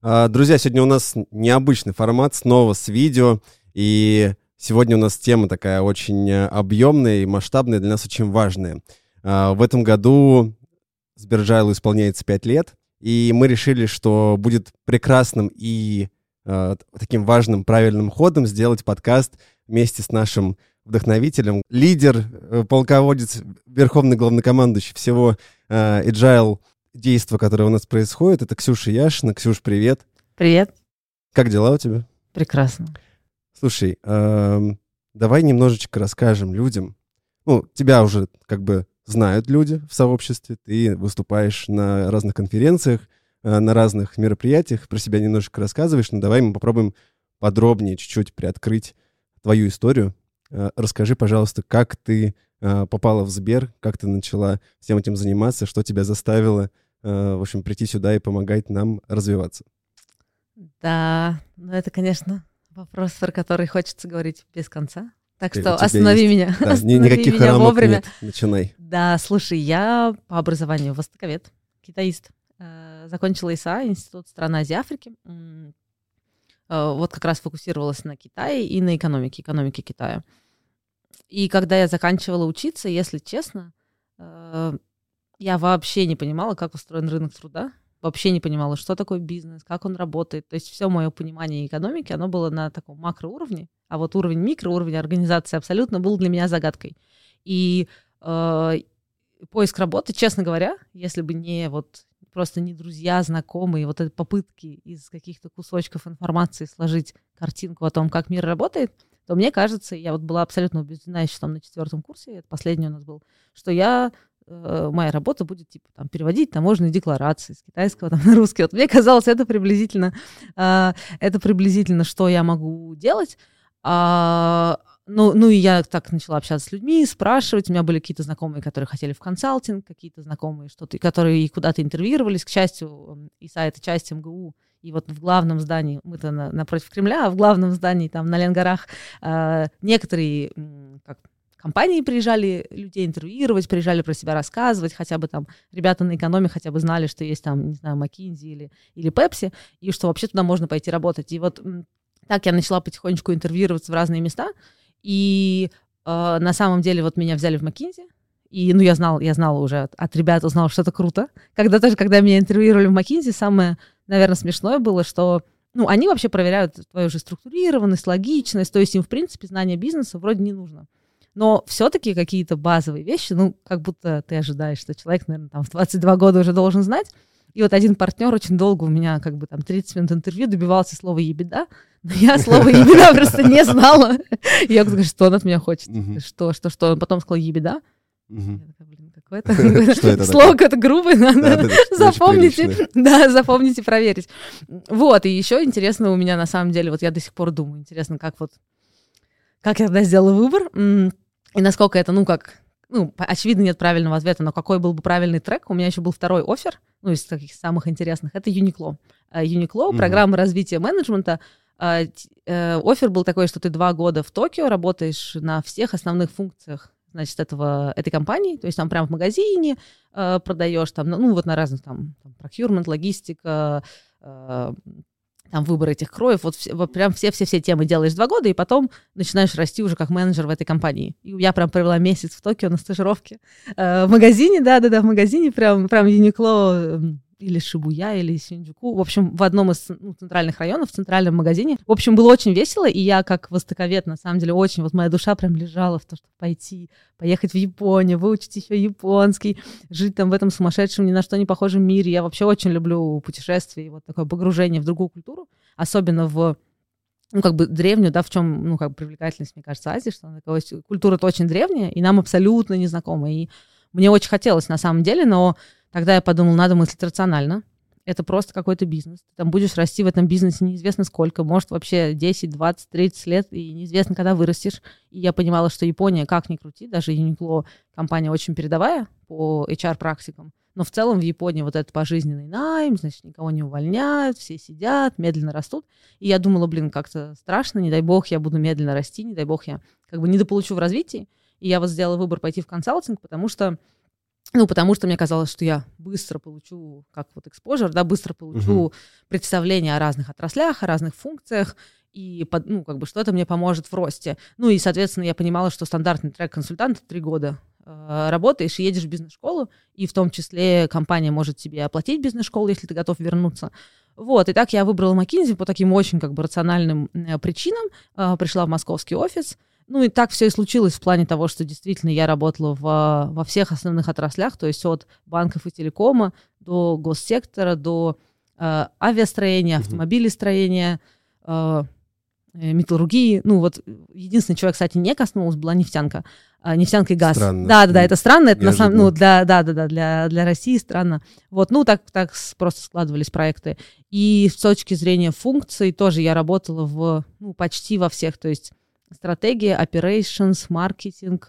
Друзья, сегодня у нас необычный формат, снова с видео, и сегодня у нас тема такая очень объемная и масштабная, для нас очень важная. В этом году Сберджайлу исполняется 5 лет, и мы решили, что будет прекрасным и таким важным, правильным ходом сделать подкаст вместе с нашим вдохновителем, лидер, полководец, верховный главнокомандующий всего Agile действа, которое у нас происходит, это Ксюша Яшина. Ксюш, привет. Привет. Как дела у тебя? Прекрасно. Слушай, давай немножечко расскажем людям. Ну, тебя уже как бы знают люди в сообществе, ты выступаешь на разных конференциях, на разных мероприятиях, про себя немножечко рассказываешь, но давай мы попробуем подробнее чуть-чуть приоткрыть твою историю. Расскажи, пожалуйста, как ты попала в Сбер, как ты начала всем этим заниматься, что тебя заставило, в общем, прийти сюда и помогать нам развиваться. Да, ну это, конечно, вопрос, про который хочется говорить без конца. Так что останови меня. Да, останови никаких меня рамок вовремя. Нет, начинай. Да, слушай, я по образованию востоковед, китаист. Закончила ИСА, Институт стран Азии и Африки. Вот как раз фокусировалась на Китае и на экономике Китая. И когда я заканчивала учиться, если честно, я вообще не понимала, как устроен рынок труда, вообще не понимала, что такое бизнес, как он работает. То есть все мое понимание экономики, оно было на таком макроуровне, а вот уровень микроуровня организации абсолютно был для меня загадкой. И поиск работы, честно говоря, если бы не вот просто не друзья, знакомые, вот эти попытки из каких-то кусочков информации сложить картинку о том, как мир работает, то мне кажется, я вот была абсолютно убеждена еще там на 4 курсе, это последний у нас был, что моя работа будет типа там переводить таможенные декларации с китайского там на русский. Вот мне казалось, это приблизительно, что я могу делать. Ну и я так начала общаться с людьми, спрашивать. У меня были какие-то знакомые, которые хотели в консалтинг, какие-то знакомые, которые куда-то интервьюировались. К счастью, ИСА — это часть МГУ. И вот в главном здании, мы-то напротив Кремля, а в главном здании там на Ленгорах некоторые компании приезжали людей интервьюировать, приезжали про себя рассказывать, хотя бы там ребята на экономе хотя бы знали, что есть там, не знаю, McKinsey или Pepsi, и что вообще туда можно пойти работать. И вот так я начала потихонечку интервьюироваться в разные места. И на самом деле вот меня взяли в McKinsey, и я знала уже от ребят, узнала, что это круто. Когда меня интервьюировали в McKinsey, самое, наверное, смешное было, что они вообще проверяют твою же структурированность, логичность, то есть им, в принципе, знание бизнеса вроде не нужно. Но все-таки какие-то базовые вещи, как будто ты ожидаешь, что человек, наверное, там в 22 года уже должен знать. И вот один партнер очень долго у меня 30 минут интервью добивался слова «ебеда», но я слово «ебеда» просто не знала. И я говорю, что он от меня хочет? Что? Он потом сказал «ебеда». Я такая, какое-то слово какое-то грубое, надо запомнить и проверить. Вот, и еще интересно у меня на самом деле, вот я до сих пор думаю, интересно, как я тогда сделала выбор, и насколько это, очевидно, нет правильного ответа, но какой был бы правильный трек. У меня еще был второй оффер, из таких самых интересных, это Uniqlo. Uniqlo, программа развития менеджмента. Оффер был такой, что ты 2 года в Токио работаешь на всех основных функциях, значит, этой компании, то есть там прям в магазине продаешь, там, вот на разных, там procurement, логистика, там выбор этих кроев, вот прям все темы делаешь 2 года, и потом начинаешь расти уже как менеджер в этой компании. И я прям провела месяц в Токио на стажировке в магазине, в магазине, прям Uniqlo или Шибуя, или Синдзюку, в общем, в одном из центральных районов, в центральном магазине. В общем, было очень весело, и я как востоковед, на самом деле, очень, вот моя душа прям лежала в то, чтобы поехать в Японию, выучить еще японский, жить там в этом сумасшедшем, ни на что не похожем мире. Я вообще очень люблю путешествия и вот такое погружение в другую культуру, особенно в древнюю, в чем, привлекательность, мне кажется, Азии, что культура-то очень древняя, и нам абсолютно незнакома. И мне очень хотелось, на самом деле, но тогда я подумала, надо мыслить рационально. Это просто какой-то бизнес. Ты там будешь расти в этом бизнесе неизвестно сколько, может вообще 10, 20, 30 лет, и неизвестно, когда вырастешь. И я понимала, что Япония, как ни крути, даже Uniqlo компания очень передовая по HR-практикам, но в целом в Японии вот этот пожизненный найм, значит, никого не увольняют, все сидят, медленно растут. И я думала, как-то страшно, не дай бог я буду медленно расти, не дай бог я недополучу в развитии. И я вот сделала выбор пойти в консалтинг, потому что Ну, потому что мне казалось, что я быстро получу, как вот exposure, да, быстро получу представление о разных отраслях, о разных функциях, и, ну, как бы, что это мне поможет в росте. Ну, и, соответственно, я понимала, что стандартный трек консультанта 3 года работаешь и едешь в бизнес-школу, и в том числе компания может тебе оплатить бизнес-школу, если ты готов вернуться. Вот, и так я выбрала McKinsey по таким очень, как бы, рациональным причинам, пришла в московский офис. Ну и так все и случилось в плане того, что действительно я работала во всех основных отраслях, то есть от банков и телекома до госсектора, до авиастроения, автомобилестроения, металлургии. Ну вот единственный человек, кстати, не коснулась, была нефтянка. Нефтянка и газ. Странно. Да, это странно, это на самом, ну, Неожиданно. для России странно. Вот, ну, так просто складывались проекты. И с точки зрения функций тоже я работала почти во всех, то есть стратегия, operations, маркетинг,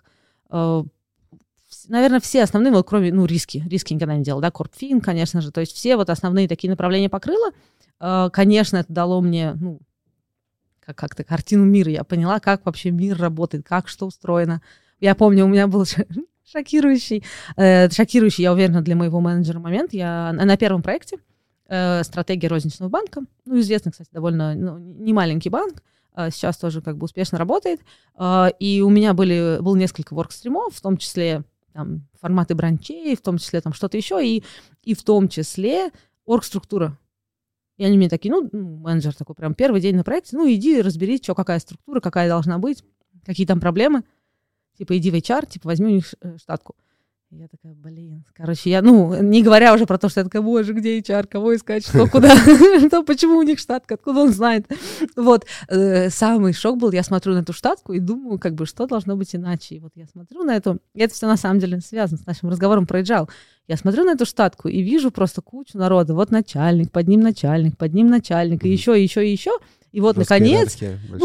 наверное, все основные, вот кроме, риски никогда не делала, да, Корпфин, конечно же, то есть все вот основные такие направления покрыла. Конечно, это дало мне, как-то картину мира, я поняла, как вообще мир работает, как что устроено. Я помню, у меня был шокирующий, я уверена, для моего менеджера момент. Я на первом проекте стратегия розничного банка, известный, кстати, довольно немаленький банк, сейчас тоже как бы успешно работает. И у меня было несколько воркстримов, в том числе там, форматы бранчей, в том числе там что-то еще, и в том числе оргструктура. И они мне такие, менеджер такой, прям первый день на проекте, иди разберись, какая структура, какая должна быть, какие там проблемы. Типа, иди в HR, возьми у них штатку. И я такая, короче, я, не говоря уже про то, что я такая, боже, где HR, кого искать, что, куда, почему у них штатка, откуда он знает. Вот, самый шок был, я смотрю на эту штатку и думаю, как бы, что должно быть иначе. И вот я смотрю на эту, и это все на самом деле связано с нашим разговором про agile. Я смотрю на эту штатку и вижу просто кучу народа. Вот начальник, под ним начальник, и еще. И вот, наконец,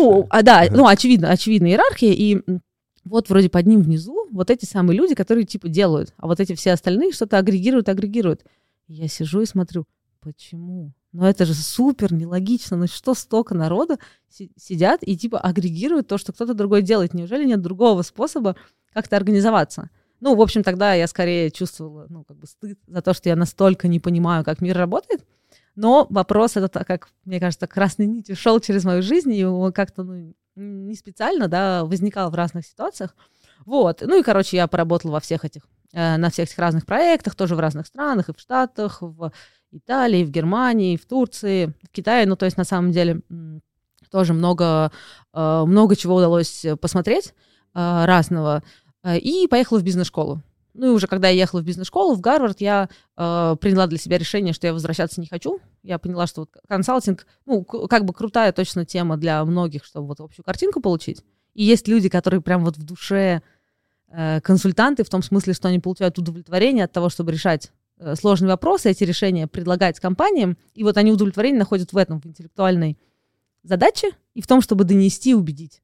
очевидно, иерархия, и вот вроде под ним внизу вот эти самые люди, которые типа делают, а вот эти все остальные что-то агрегируют. И я сижу и смотрю, почему? Это же супер нелогично. Что столько народа сидят и типа агрегируют то, что кто-то другой делает? Неужели нет другого способа как-то организоваться? В общем, тогда я скорее чувствовала, стыд за то, что я настолько не понимаю, как мир работает. Но вопрос этот, как мне кажется, красной нитью шел через мою жизнь, и он как-то, не специально, да, возникал в разных ситуациях. Вот. И, я поработала на всех этих разных проектах, тоже в разных странах, и в Штатах, в Италии, в Германии, в Турции, в Китае. То есть, на самом деле, тоже много чего удалось посмотреть разного. И поехала в бизнес-школу. И уже когда я ехала в бизнес-школу, в Гарвард, я приняла для себя решение, что я возвращаться не хочу. Я поняла, что вот консалтинг, как бы крутая точно тема для многих, чтобы вот общую картинку получить. И есть люди, которые прям вот в душе консультанты, в том смысле, что они получают удовлетворение от того, чтобы решать сложные вопросы, эти решения предлагать компаниям. И вот они удовлетворение находят в этом, в интеллектуальной задаче и в том, чтобы донести и убедить.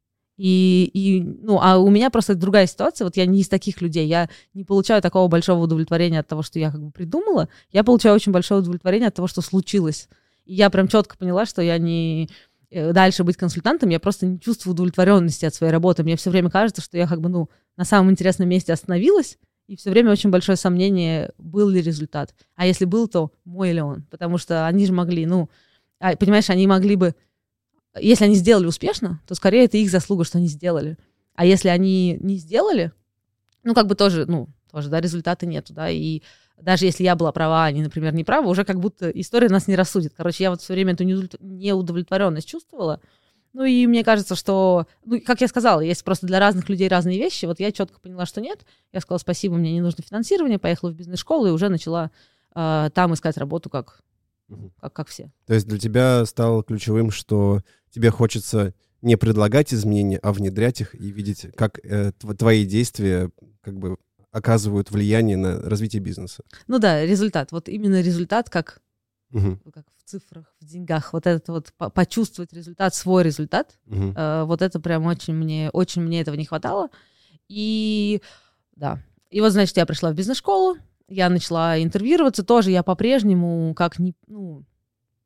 А у меня просто другая ситуация, вот я не из таких людей, я не получаю такого большого удовлетворения от того, что я как бы придумала, я получаю очень большое удовлетворение от того, что случилось. И я прям четко поняла, что я не дальше быть консультантом, я просто не чувствую удовлетворенности от своей работы. Мне все время кажется, что я как бы, на самом интересном месте остановилась, и все время очень большое сомнение, был ли результат. А если был, то мой ли он? Потому что они же могли, понимаешь, они могли бы. Если они сделали успешно, то скорее это их заслуга, что они сделали. А если они не сделали, тоже, да, результата нету, да, и даже если я была права, они, например, не правы, уже как будто история нас не рассудит. Короче, я вот все время эту неудовлетворенность чувствовала. И мне кажется, что, как я сказала, есть просто для разных людей разные вещи. Вот я четко поняла, что нет. Я сказала, спасибо, мне не нужно финансирование, поехала в бизнес-школу и уже начала там искать работу как все. То есть для тебя стало ключевым, что тебе хочется не предлагать изменения, а внедрять их и видеть, как твои действия как бы оказывают влияние на развитие бизнеса. Результат. Вот именно результат, как в цифрах, в деньгах. Вот это вот почувствовать результат, свой результат. Вот это прям очень мне этого не хватало. И да. И вот, значит, я пришла в бизнес-школу, я начала интервьюироваться тоже, я по-прежнему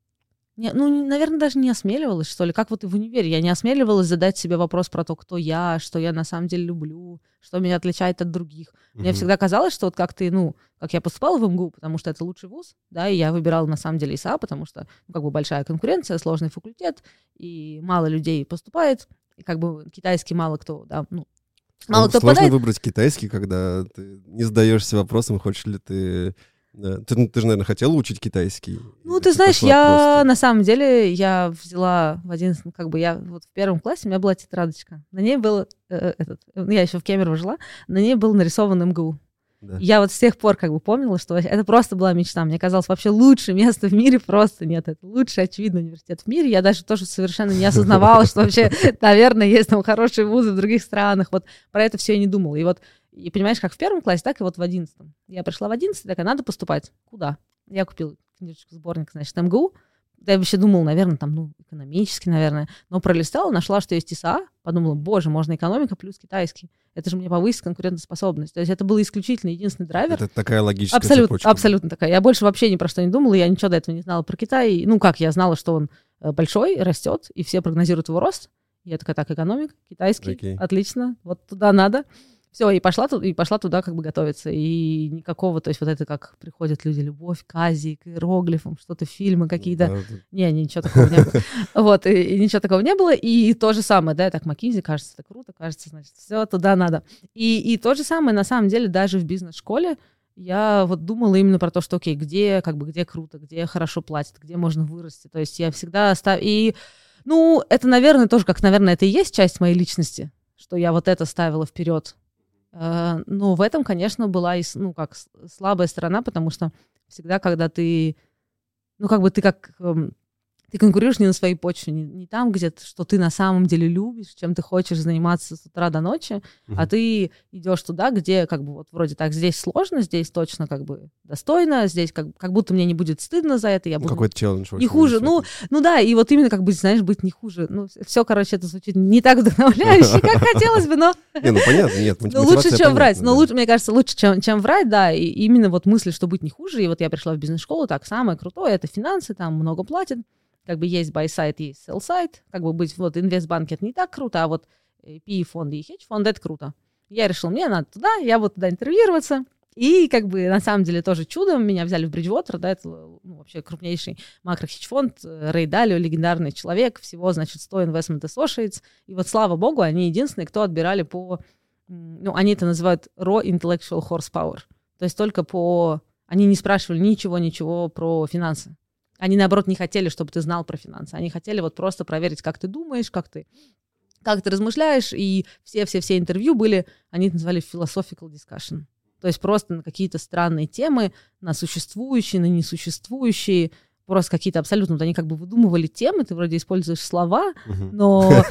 наверное, даже не осмеливалась, что ли, как вот и в универе. Я не осмеливалась задать себе вопрос про то, кто я, что я на самом деле люблю, что меня отличает от других. Мне всегда казалось, что вот как я поступала в МГУ, потому что это лучший вуз, да, и я выбирала на самом деле ИСА, потому что, большая конкуренция, сложный факультет, и мало людей поступает, и китайский мало кто, да, мало кто сложно попадает. Выбрать китайский, когда ты не задаешься вопросом, хочешь ли ты... Да. Ты же, наверное, хотела учить китайский? Ты знаешь, на самом деле, я взяла в 11, я вот в первом классе, у меня была тетрадочка. На ней был я еще в Кемерово жила, на ней был нарисован МГУ. Да. Я вот с тех пор помнила, что это просто была мечта. Мне казалось, вообще лучшее место в мире просто нет. Это лучший, очевидно, университет в мире. Я даже тоже совершенно не осознавала, что вообще, наверное, есть там хорошие вузы в других странах. Вот про это все я не думала. И понимаешь, как в первом классе, так и вот в 11-м. Я пришла в 11-й, такая, надо поступать. Куда? Я купила книжечку, сборник, значит, МГУ. Я вообще думала, наверное, экономический, наверное. Но пролистала, нашла, что есть ИСА. Подумала, боже, можно экономика плюс китайский. Это же мне повысит конкурентоспособность. То есть это был исключительно единственный драйвер. Это такая логическая цепочка. Абсолютно такая. Я больше вообще ни про что не думала, я ничего до этого не знала про Китай. Я знала, что он большой, растет, и все прогнозируют его рост. Я такая, так, экономика, китайский, отлично, вот туда надо. Все, и пошла туда готовиться. И никакого, то есть вот это как приходят люди, любовь к Азии, к иероглифам, что-то, фильмы какие-то. Да. Ничего такого не было. Вот, и ничего такого не было. И то же самое, да, так, Маккинзи, кажется, это круто, кажется, значит, все, туда надо. И то же самое, на самом деле, даже в бизнес-школе я вот думала именно про то, что, окей, где круто, где хорошо платят, где можно вырасти. То есть я всегда это, наверное, тоже, это и есть часть моей личности, что я вот это ставила вперед. Но в этом, конечно, была и слабая сторона, потому что всегда, когда ты ты конкурируешь не на своей почве, не там, где что ты на самом деле любишь, чем ты хочешь заниматься с утра до ночи, а ты идешь туда, где вроде так, здесь сложно, здесь точно достойно, здесь как будто мне не будет стыдно за это, я буду какой-то челлендж не хуже. Да, и вот именно знаешь, быть не хуже. Все, это звучит не так вдохновляюще, как хотелось бы, но... понятно, нет, лучше, чем врать. Мне кажется, лучше, чем врать, да, и именно вот мысль, что быть не хуже, и вот я пришла в бизнес-школу, так, самое крутое, это финансы, там много платят, есть buy-side, есть sell-side, быть вот инвестбанке это не так круто, а вот PE-фонды и хедж-фонды это круто. Я решила, мне надо туда, я буду туда интервьюироваться, и на самом деле тоже чудом меня взяли в Bridgewater, да, это вообще крупнейший макро-хедж-фонд, Рэй Далио, легендарный человек, всего, 100 investment associates, и вот слава богу, они единственные, кто отбирали они это называют raw intellectual horsepower, то есть только они не спрашивали ничего про финансы. Они, наоборот, не хотели, чтобы ты знал про финансы. Они хотели вот просто проверить, как ты думаешь, как ты размышляешь. И все интервью были, они это называли philosophical discussion. То есть просто на какие-то странные темы, на существующие, на несуществующие, просто какие-то абсолютно... Вот они выдумывали темы, ты вроде используешь слова, но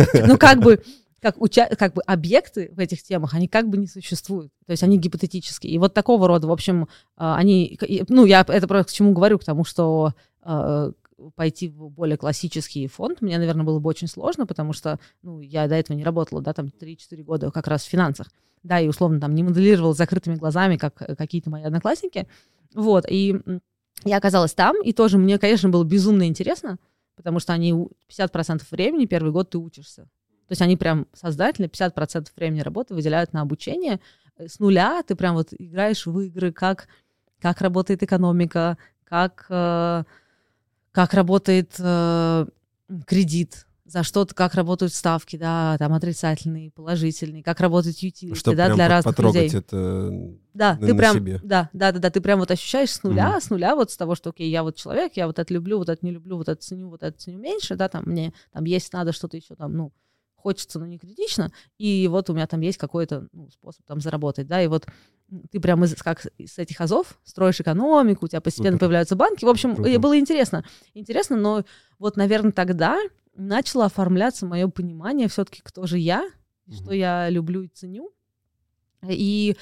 объекты в этих темах, они не существуют. То есть они гипотетические. И вот такого рода, в общем, я это просто к чему говорю, к тому, что пойти в более классический фонд мне, наверное, было бы очень сложно, потому что, я до этого не работала, да, 3-4 года как раз в финансах, да, и условно не моделировала с закрытыми глазами, как какие-то мои одноклассники. Вот, и я оказалась там, и тоже мне, конечно, было безумно интересно, потому что они 50% времени первый год ты учишься. То есть они прям создательно 50% времени работы выделяют на обучение. С нуля ты прям играешь в игры, как работает экономика, как работает кредит, за что-то, как работают ставки, да, там отрицательные, положительные, как работает utility, да, для разных людей. Чтобы это да, на ты прям, себе. Да, ты прям ощущаешь с нуля вот с того, что, окей, я человек, я это люблю, вот это не люблю, вот это ценю меньше, да, мне есть надо что-то еще хочется, но не критично, и вот у меня есть какой-то способ заработать, да, и вот ты прям как с этих азов строишь экономику, у тебя постепенно появляются банки. В общем, было интересно. Интересно, но вот, наверное, тогда начало оформляться мое понимание все-таки, кто же я, что я люблю и ценю. И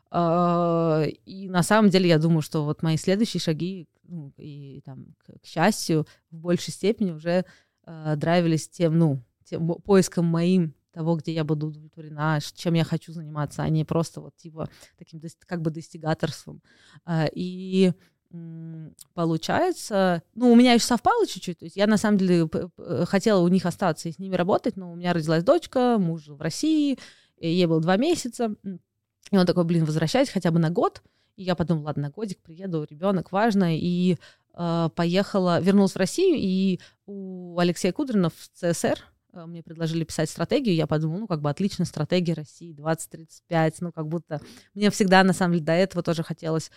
на самом деле я думаю, что вот мои следующие шаги, к счастью, в большей степени уже драйвились тем поиском моим того, где я буду удовлетворена, чем я хочу заниматься, а не просто таким достигаторством. И получается, у меня еще совпало чуть-чуть, то есть я на самом деле хотела у них остаться и с ними работать, но у меня родилась дочка, муж жил в России, ей было 2 месяца, и он такой, возвращайся хотя бы на год, и я подумала, ладно, на годик приеду, ребенок важно, и поехала, вернулась в Россию, и у Алексея Кудрина в ЦСР мне предложили писать стратегию, я подумала, отличная стратегия России 2035, как будто мне всегда, на самом деле, до этого тоже хотелось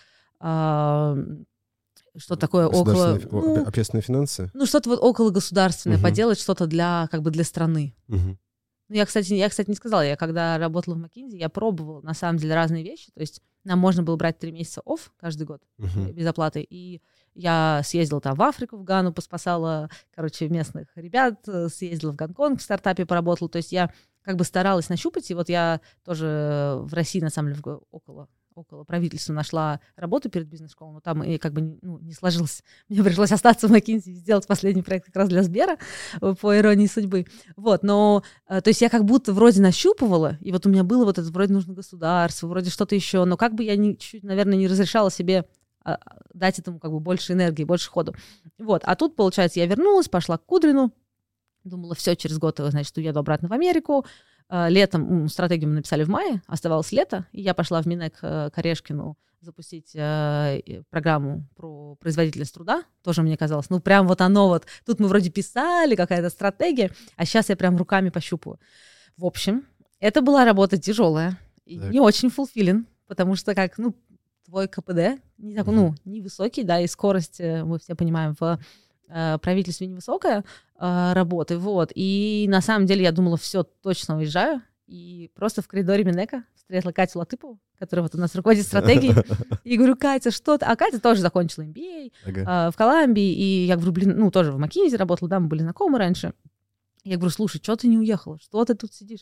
что такое около... общественные финансы? Что-то около государственное, поделать что-то для страны. Я, кстати, не сказала, я когда работала в McKinsey, я пробовала, на самом деле, разные вещи, то есть нам можно было брать 3 месяца off каждый год без оплаты, и я съездила там в Африку, в Гану, поспасала, местных ребят, съездила в Гонконг, в стартапе поработала, то есть я старалась нащупать, и вот я тоже в России, на самом деле, около правительства нашла работу перед бизнес-школой, но там не сложилось. Мне пришлось остаться в McKinsey и сделать последний проект как раз для Сбера, по иронии судьбы. Но, то есть я вроде нащупывала, и вот у меня было это, вроде нужно государство, вроде что-то еще, но я чуть-чуть, наверное, не разрешала себе дать этому больше энергии, больше ходу. А тут, получается, я вернулась, пошла к Кудрину, думала, все, через год, значит, уеду обратно в Америку. Летом, стратегию мы написали в мае, оставалось лето, и я пошла в Минэк к Орешкину запустить программу про производительность труда. Тоже мне казалось, прям оно, тут мы вроде писали, какая-то стратегия, а сейчас я прям руками пощупываю. В общем, это была работа тяжелая и не очень fulfilling, потому что твой КПД невысокий, да, и скорость, мы все понимаем, в правительстве невысокая работы, и на самом деле я думала, все, точно уезжаю, и просто в коридоре Минэка встретила Катю Латыпову, которая у нас руководит стратегией, и говорю, Катя, что ты? А Катя тоже закончила MBA в Колумбии, и я говорю, тоже в McKinsey работала, да, мы были знакомы раньше. Я говорю, слушай, что ты не уехала? Что ты тут сидишь?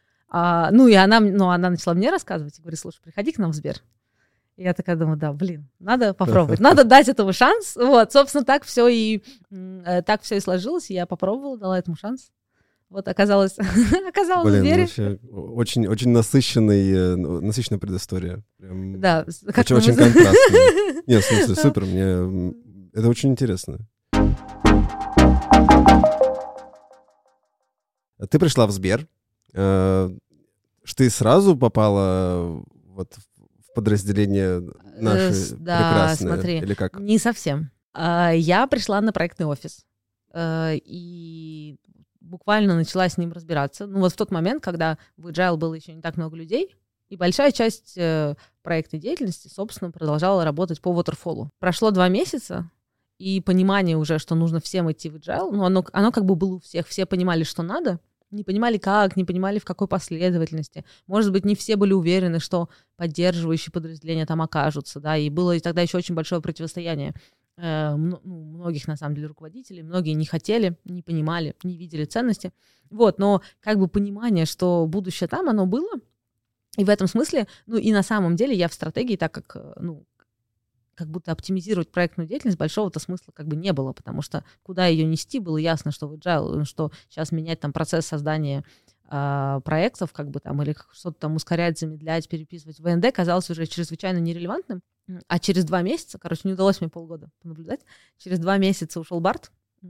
И она начала мне рассказывать, и говорит, слушай, приходи к нам в Сбер. И я такая думаю, надо попробовать, надо дать этому шанс. Собственно, так все и сложилось, и я попробовала, дала этому шанс. Оказалось в Сбере. Вообще очень, очень насыщенная предыстория. Прям да. Очень контрастная. Нет, в смысле, супер, мне это очень интересно. Ты пришла в Сбер, ты сразу попала в подразделение наше прекрасное? Смотри, или как? Не совсем. Я пришла на проектный офис и буквально начала с ним разбираться. В тот момент, когда в Agile было еще не так много людей, и большая часть проектной деятельности, собственно, продолжала работать по waterfall. Прошло 2 месяца, и понимание уже, что нужно всем идти в Agile, оно было у всех. Все понимали, что надо, не понимали как, не понимали в какой последовательности. Может быть, не все были уверены, что поддерживающие подразделения там окажутся, да, и было тогда еще очень большое противостояние многих, на самом деле, руководителей, многие не хотели, не понимали, не видели ценности, но понимание, что будущее там, оно было, и в этом смысле, и на самом деле я в стратегии, так как будто оптимизировать проектную деятельность большого-то смысла не было, потому что куда ее нести, было ясно, что в Agile, что сейчас менять там процесс создания проектов, или что-то там ускорять, замедлять, переписывать в ВНД казалось уже чрезвычайно нерелевантным. А через 2 месяца, не удалось мне полгода понаблюдать, через 2 месяца ушел Барт,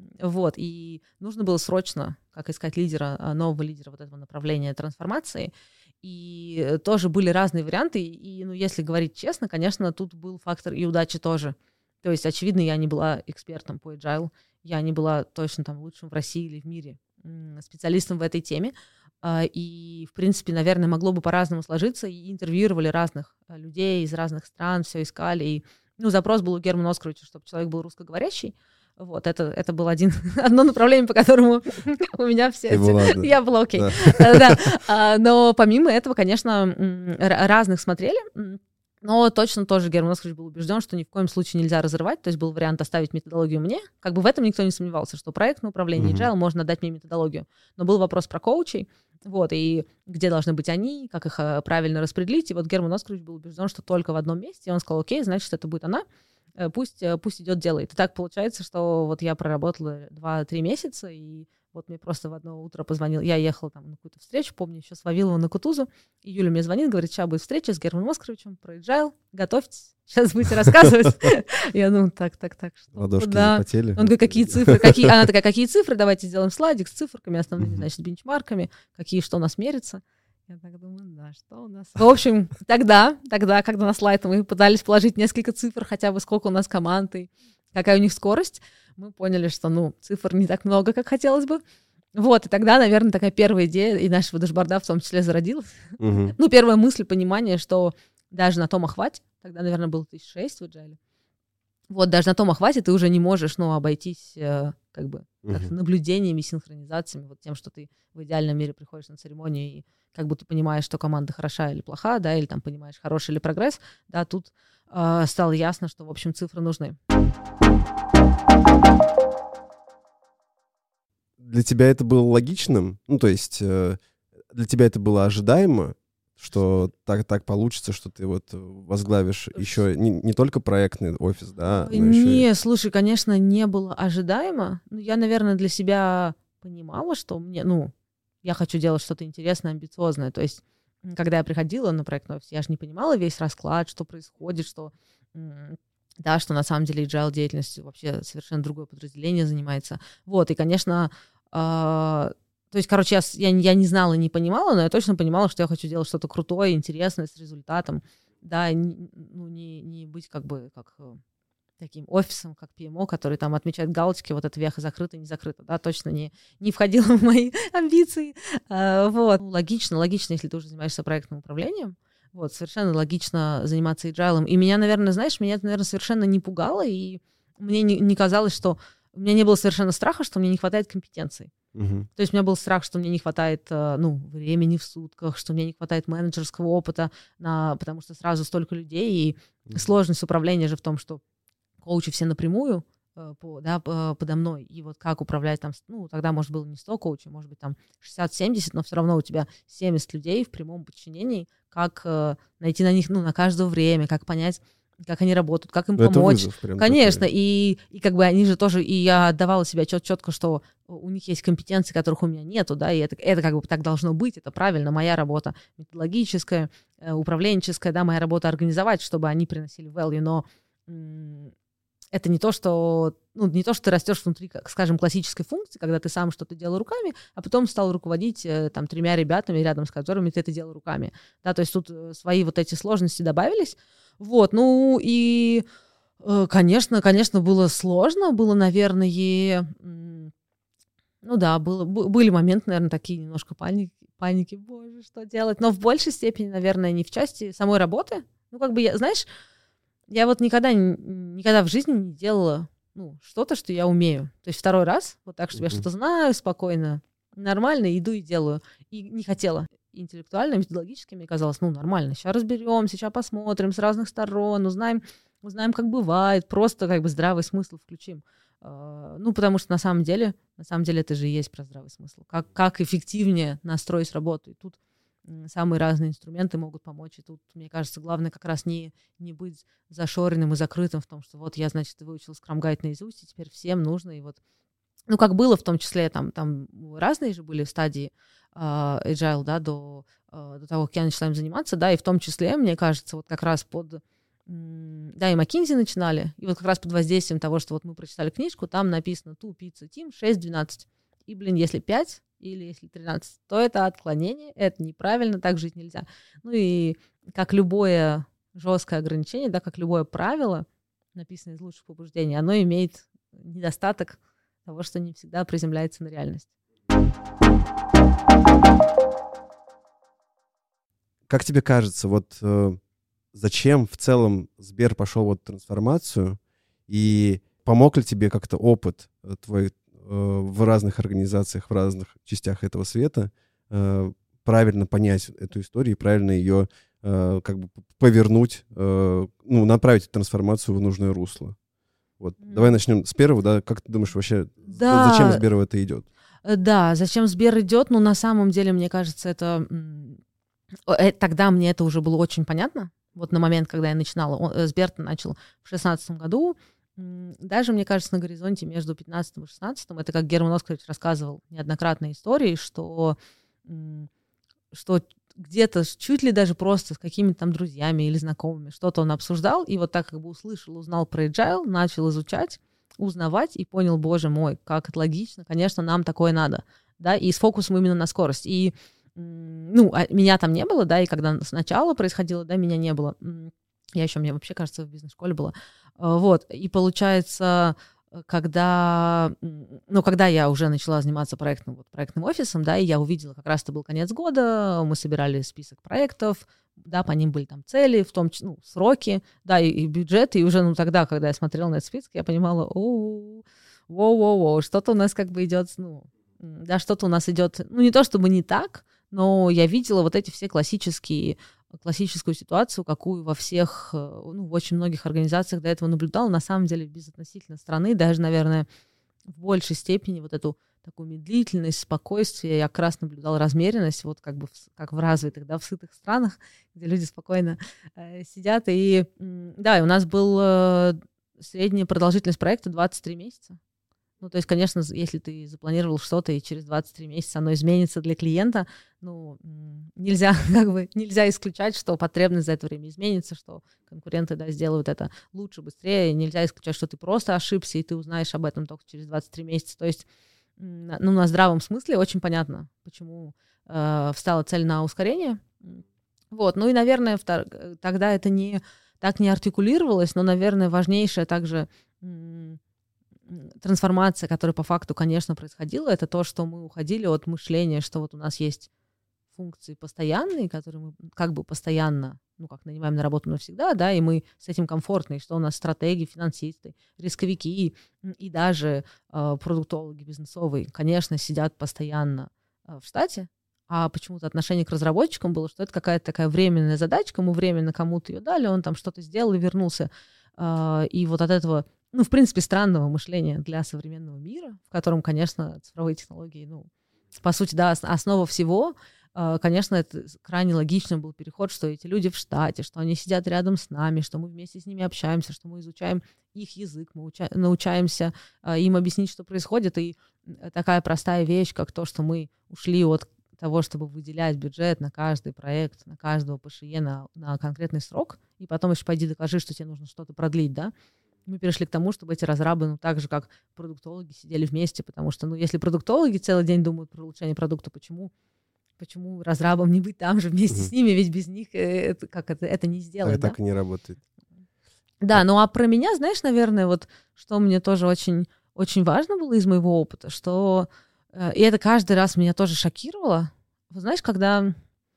и нужно было срочно, искать нового лидера этого направления трансформации. И тоже были разные варианты, и если говорить честно, конечно, тут был фактор и удачи тоже. То есть, очевидно, я не была экспертом по Agile, я не была точно там лучшим в России или в мире специалистом в этой теме, и, в принципе, наверное, могло бы по-разному сложиться, и интервьюировали разных людей из разных стран, все искали, и запрос был у Германа Оскаровича, чтобы человек был русскоговорящий. Это было одно направление, по которому у меня все... Я была окей. Но помимо этого, конечно, разных смотрели. Но точно тоже Герман Оскарович был убежден, что ни в коем случае нельзя разрывать. То есть был вариант оставить методологию мне. В этом никто не сомневался, что проектное управление Agile можно отдать мне методологию. Но был вопрос про коучей. И где должны быть они, как их правильно распределить. И Герман Оскарович был убежден, что только в одном месте. И он сказал, окей, значит, это будет она. Пусть идет делает. И так получается, что я проработала 2-3 месяца, и Вот мне просто в одно утро позвонил. Я ехала там на какую-то встречу, помню, еще с Вавилова на Кутузу. И Юля мне звонит, говорит, сейчас будет встреча с Германом Оскаровичем про agile. Готовьтесь, сейчас будете рассказывать. Я так. Ладошки запотели. Он говорит, какие цифры? Она такая, какие цифры? Давайте сделаем слайдик с циферками, основными, значит, бенчмарками, что у нас мерится. Я так думаю, да, что у нас... В общем, тогда, когда на слайд мы пытались положить несколько цифр, хотя бы сколько у нас команд и какая у них скорость, мы поняли, что, цифр не так много, как хотелось бы. Вот, и тогда, наверное, такая первая идея и нашего дашборда в том числе зародилась. Первая мысль, понимание, что даже на том охвате, тогда, наверное, было 1006 в Agile, вот, даже на том охвате ты уже не можешь, обойтись наблюдениями, синхронизациями, вот тем, что ты в идеальном мире приходишь на церемонию и как бы ты понимаешь, что команда хороша или плоха, да, или там понимаешь, хороший ли прогресс, да, тут стало ясно, что, в общем, цифры нужны. Для тебя это было логичным? То есть для тебя это было ожидаемо, что так получится, что ты вот возглавишь еще не только проектный офис, да? Не, слушай, конечно, не было ожидаемо. Я, наверное, для себя понимала, что мне, я хочу делать что-то интересное, амбициозное. То есть, когда я приходила на проектный офис, я же не понимала весь расклад, что происходит, что на самом деле agile деятельностью вообще совершенно другое подразделение занимается. Вот, и, конечно, я не знала, не понимала, но я точно понимала, что я хочу делать что-то крутое, интересное, с результатом, да, не быть как таким офисом, как PMO, который там отмечает галочки, вот эта веха закрыта, не закрыта, да, точно не входило в мои амбиции. Вот. Логично, если ты уже занимаешься проектным управлением, вот, совершенно логично заниматься agile. И меня, наверное, совершенно не пугало, и мне не казалось, что... У меня не было совершенно страха, что мне не хватает компетенций. То есть у меня был страх, что мне не хватает времени в сутках, что мне не хватает менеджерского опыта, потому что сразу столько людей, и сложность управления же в том, что коучи все напрямую подо мной, и вот как управлять там, тогда, может, было не 100 коучей, может быть, там 60-70, но все равно у тебя 70 людей в прямом подчинении, как найти на них, на каждое время, как понять, как они работают, как им помочь. Конечно, такой. И как бы они же тоже, и я отдавала себе четко, что у них есть компетенции, которых у меня нету, да, и это как бы так должно быть, это правильно, моя работа методологическая, управленческая, да, моя работа организовать, чтобы они приносили value, но это не то, что ты растешь внутри, скажем, классической функции, когда ты сам что-то делал руками, а потом стал руководить там 3 ребятами, рядом с которыми ты это делал руками. Да, то есть тут свои вот эти сложности добавились. Вот, и, конечно, было сложно, было, наверное, были моменты, наверное, такие немножко паники, боже, что делать, но в большей степени, наверное, не в части самой работы. Я вот никогда в жизни не делала, что-то, что я умею. То есть второй раз, вот так, что я что-то знаю спокойно, нормально, иду и делаю. И не хотела. Интеллектуально, методологически мне казалось, нормально, сейчас разберемся, сейчас посмотрим с разных сторон, узнаем, как бывает, просто как бы здравый смысл включим. Потому что на самом деле это же и есть про здравый смысл. Как эффективнее настроить работу. И тут самые разные инструменты могут помочь. И тут, мне кажется, главное как раз не быть зашоренным и закрытым в том, что вот я, значит, выучил Scrum Guide наизусть, и теперь всем нужно. И вот, как было в том числе, там разные же были стадии agile, да, до того, как я начала им заниматься, да, и в том числе, мне кажется, вот как раз и McKinsey начинали, и вот как раз под воздействием того, что вот мы прочитали книжку, там написано Two Pizza Team 6-12. И, если 5 или если 13, то это отклонение, это неправильно, так жить нельзя. И как любое жесткое ограничение, да, как любое правило, написанное из лучших побуждений, оно имеет недостаток того, что не всегда приземляется на реальность. Как тебе кажется, вот зачем в целом Сбер пошел в эту трансформацию, и помог ли тебе как-то опыт твой в разных организациях, в разных частях этого света правильно понять эту историю и правильно ее как бы повернуть, направить эту трансформацию в нужное русло? Вот. Давай начнем с первого, да? Как ты думаешь вообще, зачем Сбер в это идет? Да, зачем Сбер идет? На самом деле, мне кажется, тогда мне это уже было очень понятно. Вот на момент, когда я начинала. Сбер начал в 2016 году. даже, мне кажется, на горизонте между 15 и 16, это как Герман Оскарович рассказывал неоднократно истории, что где-то чуть ли даже просто с какими-то там друзьями или знакомыми что-то он обсуждал, и вот так как бы услышал, узнал про agile, начал изучать, узнавать и понял, боже мой, как это логично, конечно, нам такое надо, да, и с фокусом именно на скорость. И, меня там не было, да, и когда сначала происходило, да, меня не было. Мне вообще, кажется, в бизнес-школе была. Вот, и получается, когда я уже начала заниматься проектным офисом, да, и я увидела, как раз это был конец года, мы собирали список проектов, да, по ним были там цели, в том числе, сроки, да, и бюджет, и уже, тогда, когда я смотрела на этот список, я понимала, что-то у нас как бы идет, что-то у нас идет, не то чтобы не так, но я видела вот эти все классическую ситуацию, какую во всех, в очень многих организациях до этого наблюдала, на самом деле безотносительно страны, даже, наверное, в большей степени вот эту такую медлительность, спокойствие, я как раз наблюдала размеренность, вот как бы как в развитых, да, в сытых странах, где люди спокойно сидят. И да, и у нас была средняя продолжительность проекта 23 месяца. То есть, конечно, если ты запланировал что-то, и через 23 месяца оно изменится для клиента, нельзя исключать, что потребность за это время изменится, что конкуренты, да, сделают это лучше, быстрее. Нельзя исключать, что ты просто ошибся, и ты узнаешь об этом только через 23 месяца. То есть, на здравом смысле очень понятно, почему встала цель на ускорение. Вот. И, наверное, тогда это так не артикулировалось, но, наверное, важнейшее также трансформация, которая по факту, конечно, происходила, это то, что мы уходили от мышления, что вот у нас есть функции постоянные, которые мы как бы постоянно, нанимаем на работу навсегда, да, и мы с этим комфортны, и что у нас стратеги, финансисты, рисковики и даже продуктологи бизнесовые, конечно, сидят постоянно в штате, а почему-то отношение к разработчикам было, что это какая-то такая временная задачка, мы временно кому-то ее дали, он там что-то сделал и вернулся. И вот от этого в принципе, странного мышления для современного мира, в котором, конечно, цифровые технологии, по сути, да, основа всего. Конечно, это крайне логичным был переход, что эти люди в штате, что они сидят рядом с нами, что мы вместе с ними общаемся, что мы изучаем их язык, мы научаемся им объяснить, что происходит. И такая простая вещь, как то, что мы ушли от того, чтобы выделять бюджет на каждый проект, на каждого ПШЕ на конкретный срок, и потом еще пойди докажи, что тебе нужно что-то продлить, да. Мы перешли к тому, чтобы эти разрабы, так же, как продуктологи, сидели вместе, потому что, если продуктологи целый день думают про улучшение продукта, почему разрабам не быть там же вместе с ними, ведь без них это не сделать, да? Так и не работает. Да, а про меня, знаешь, наверное, вот что мне тоже очень, очень важно было из моего опыта, что, и это каждый раз меня тоже шокировало, вот знаешь, когда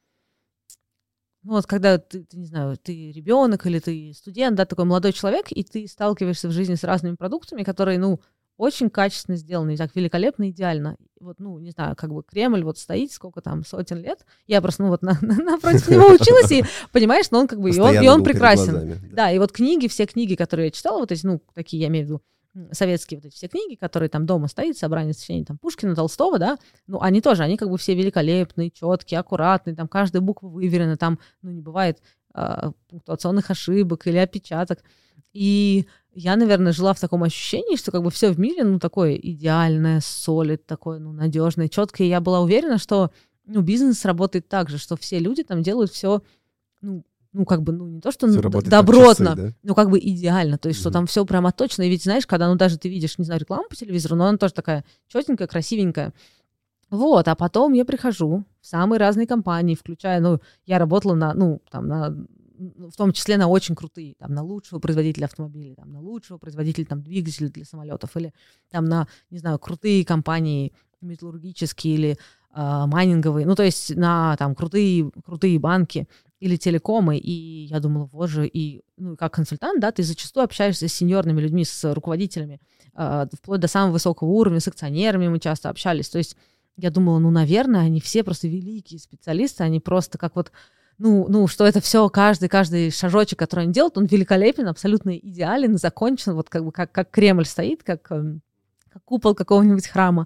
ты, не знаю, ты ребенок или ты студент, да, такой молодой человек, и ты сталкиваешься в жизни с разными продуктами, которые, очень качественно сделаны, и так великолепно, идеально. Вот, не знаю, как бы Кремль вот стоит, сколько там, сотен лет. Я просто, напротив него училась, и, понимаешь, он как бы, и он прекрасен. Да, и вот все книги, которые я читала, вот эти, такие, я имею в виду, советские вот эти все книги, которые там дома стоят, собрание сочинений там Пушкина, Толстого, да, они как бы все великолепные, четкие, аккуратные, там каждая буква выверена, там, не бывает пунктуационных ошибок или опечаток. И я, наверное, жила в таком ощущении, что как бы все в мире, такое идеальное, солид, такое, надежное, четкое. И я была уверена, что, бизнес работает так же, что все люди там делают все, как бы, не то, что добротно, часы, да? Как бы идеально, то есть, что там все прямо точно, и ведь, знаешь, когда, даже ты видишь, не знаю, рекламу по телевизору, но она тоже такая четенькая, красивенькая, вот, а потом я прихожу в самые разные компании, включая, я работала в том числе на очень крутые, там, на лучшего производителя автомобилей, там, на лучшего производителя там, двигателей для самолетов, или там на, не знаю, крутые компании металлургические или майнинговые, то есть на там крутые банки или телекомы, и я думала, вот же, и как консультант, да, ты зачастую общаешься с сеньорными людьми, с руководителями, вплоть до самого высокого уровня, с акционерами мы часто общались, то есть я думала, наверное, они все просто великие специалисты, они просто как вот что это все, каждый шажочек, который они делают, он великолепен, абсолютно идеален, закончен, вот как бы как Кремль стоит, как купол какого-нибудь храма.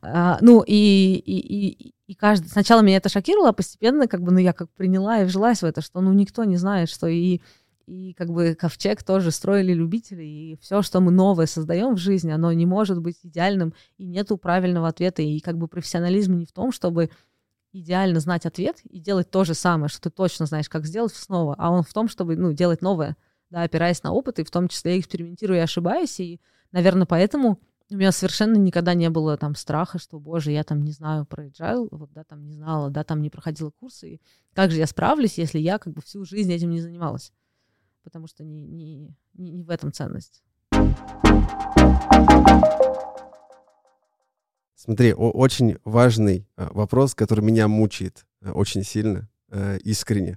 И сначала меня это шокировало, а постепенно как бы, я как приняла и вжилась в это, что никто не знает, что и и как бы ковчег тоже строили любители, и все, что мы новое создаем в жизни, оно не может быть идеальным, и нету правильного ответа, и как бы профессионализм не в том, чтобы идеально знать ответ и делать то же самое, что ты точно знаешь, как сделать снова, а он в том, чтобы, делать новое, да, опираясь на опыт, и в том числе экспериментируя и ошибаясь, и, наверное, поэтому у меня совершенно никогда не было там страха, что, боже, я там не знаю про agile, вот, да, там не знала, да, там не проходила курсы, и как же я справлюсь, если я как бы всю жизнь этим не занималась? Потому что не в этом ценность. Смотри, очень важный вопрос, который меня мучает очень сильно, искренне.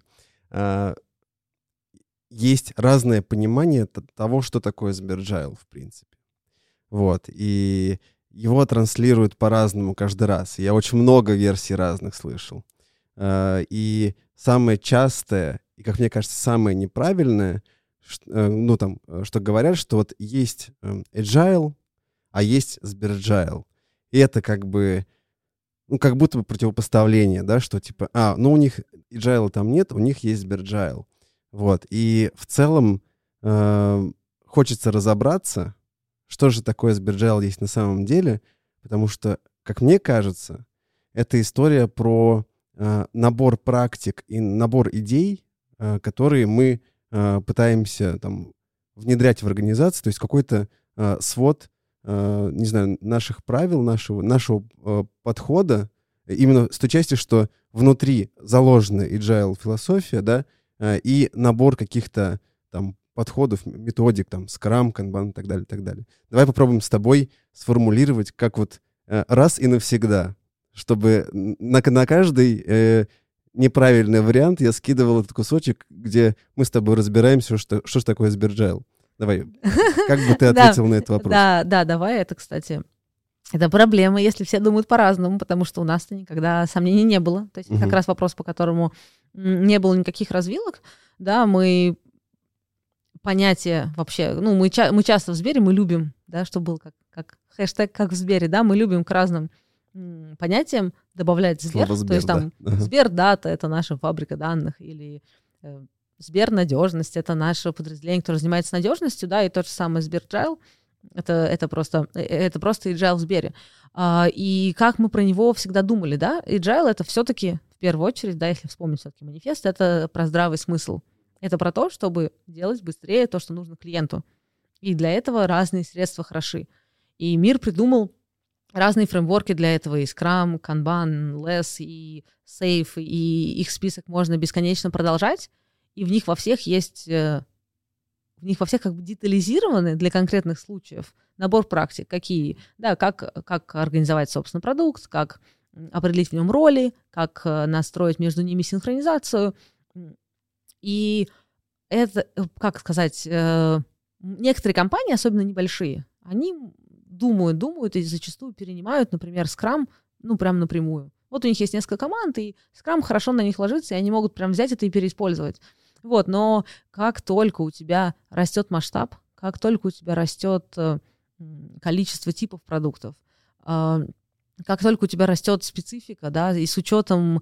Есть разное понимание того, что такое SBIRJAIL, в принципе. Вот, и его транслируют по-разному каждый раз. Я очень много версий разных слышал. И самое частое, и, как мне кажется, самое неправильное, что говорят, что вот есть agile, а есть SBIRJAIL. И это как бы, как будто бы противопоставление, да, что типа, у них agile там нет, у них есть SBIRJAIL. Вот, и в целом хочется разобраться, что же такое SBIRJAIL есть на самом деле, потому что, как мне кажется, это история про набор практик и набор идей, которые мы пытаемся там внедрять в организацию, то есть какой-то свод, не знаю, наших правил, нашего подхода, именно с той части, что внутри заложена agile философия, да, и набор каких-то там подходов, методик, там, Scrum, Kanban и так далее, и так далее. Давай попробуем с тобой сформулировать, как вот раз и навсегда, чтобы на каждый неправильный вариант я скидывал этот кусочек, где мы с тобой разбираемся, что же такое SBIRJAIL. Давай, как бы ты ответил на этот вопрос? Да, давай, это, кстати, это проблема, если все думают по-разному, потому что у нас-то никогда сомнений не было. То есть как раз вопрос, по которому не было никаких развилок, да, мы понятие вообще, мы часто в Сбере, мы любим, да, что был как хэштег, как в Сбере, да, мы любим к разным понятиям добавлять Сбер, то есть там Сбердата — это наша фабрика данных, или Сбернадежность — это наше подразделение, которое занимается надежностью, да, и тот же самый SBIRJAIL — это просто agile в Сбере. И как мы про него всегда думали, да, agile — это все-таки в первую очередь, да, если вспомнить все-таки манифест, это про здравый смысл. Это про то, чтобы делать быстрее то, что нужно клиенту. И для этого разные средства хороши. И мир придумал разные фреймворки для этого. И Scrum, Kanban, Less, и Safe, и их список можно бесконечно продолжать. И в них во всех есть... В них во всех как бы детализированы для конкретных случаев набор практик. Какие? Да, как организовать собственный продукт, как определить в нем роли, как настроить между ними синхронизацию. И это, как сказать, некоторые компании, особенно небольшие, они думают и зачастую перенимают, например, Scrum, прям напрямую. Вот у них есть несколько команд, и Scrum хорошо на них ложится, и они могут прям взять это и переиспользовать. Вот, но как только у тебя растет масштаб, как только у тебя растет количество типов продуктов, как только у тебя растет специфика, да, и с учетом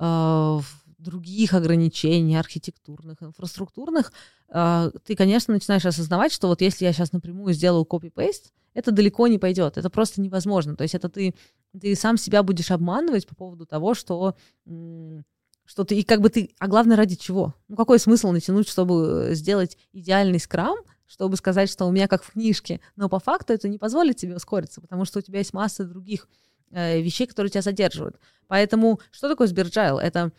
других ограничений архитектурных, инфраструктурных, ты, конечно, начинаешь осознавать, что вот если я сейчас напрямую сделаю copy-paste, это далеко не пойдет, это просто невозможно. То есть это ты сам себя будешь обманывать по поводу того, что ты, и как бы ты, а главное, ради чего? Какой смысл натянуть, чтобы сделать идеальный скрам, чтобы сказать, что у меня как в книжке, но по факту это не позволит тебе ускориться, потому что у тебя есть масса других вещей, которые тебя задерживают. Поэтому что такое SBIRJAIL?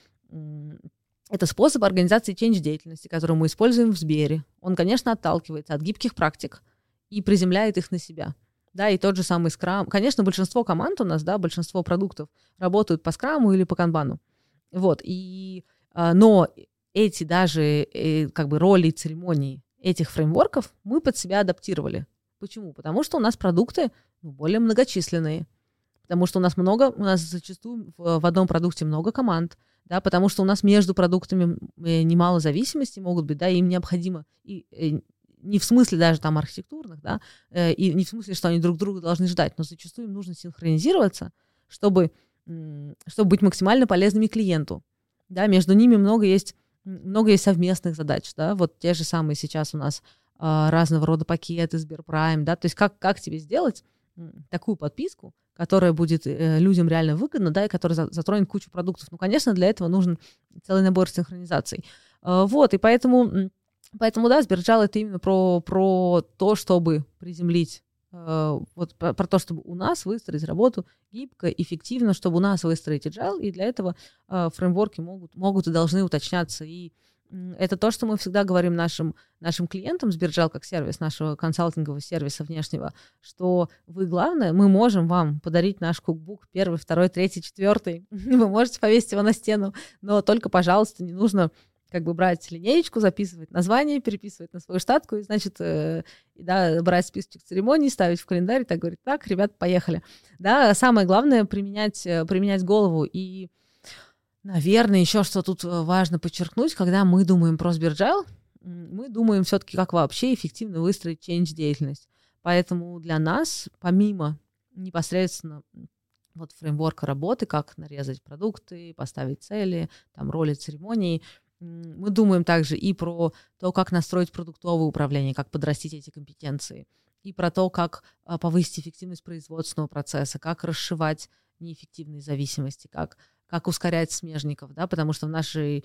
Это способ организации change-деятельности, который мы используем в Сбере. Он, конечно, отталкивается от гибких практик и приземляет их на себя. Да, и тот же самый Scrum. Конечно, большинство команд у нас, да, большинство продуктов работают по Scrum или по Kanban. Вот, но эти даже как бы роли и церемонии этих фреймворков мы под себя адаптировали. Почему? Потому что у нас продукты более многочисленные. Потому что у нас зачастую в одном продукте много команд, да, потому что у нас между продуктами немало зависимостей могут быть, да, и им необходимо, и не в смысле даже там архитектурных, да, и не в смысле, что они друг друга должны ждать, но зачастую им нужно синхронизироваться, чтобы быть максимально полезными клиенту. Да, между ними много есть много есть совместных задач, да, вот те же самые сейчас у нас разного рода пакеты, Сберпрайм, да, то есть как тебе сделать такую подписку, которая будет людям реально выгодна, да, и которая затронет кучу продуктов. Ну, конечно, для этого нужен целый набор синхронизаций. Вот, и поэтому, да, Сберджал — это именно про то, чтобы приземлить, вот про то, чтобы у нас выстроить работу гибко, эффективно, чтобы у нас выстроить agile, и для этого фреймворки могут и должны уточняться. И это то, что мы всегда говорим нашим клиентам, Сберджал как сервис, нашего консалтингового сервиса внешнего, что вы, главное, мы можем вам подарить наш кукбук 1, 2, 3, 4, вы можете повесить его на стену, но только, пожалуйста, не нужно как бы брать линеечку, записывать название, переписывать на свою штатку и, значит, да, брать списочек церемоний, ставить в календарь и так говорить: так, ребят, поехали. Да, самое главное — применять голову. И, наверное, еще что тут важно подчеркнуть, когда мы думаем про Сберджайл, мы думаем все-таки, как вообще эффективно выстроить change-деятельность. Поэтому для нас, помимо непосредственно вот фреймворка работы, как нарезать продукты, поставить цели, там, роли, церемонии, мы думаем также и про то, как настроить продуктовое управление, как подрастить эти компетенции, и про то, как повысить эффективность производственного процесса, как расшивать неэффективные зависимости, как ускорять смежников, да, потому что наше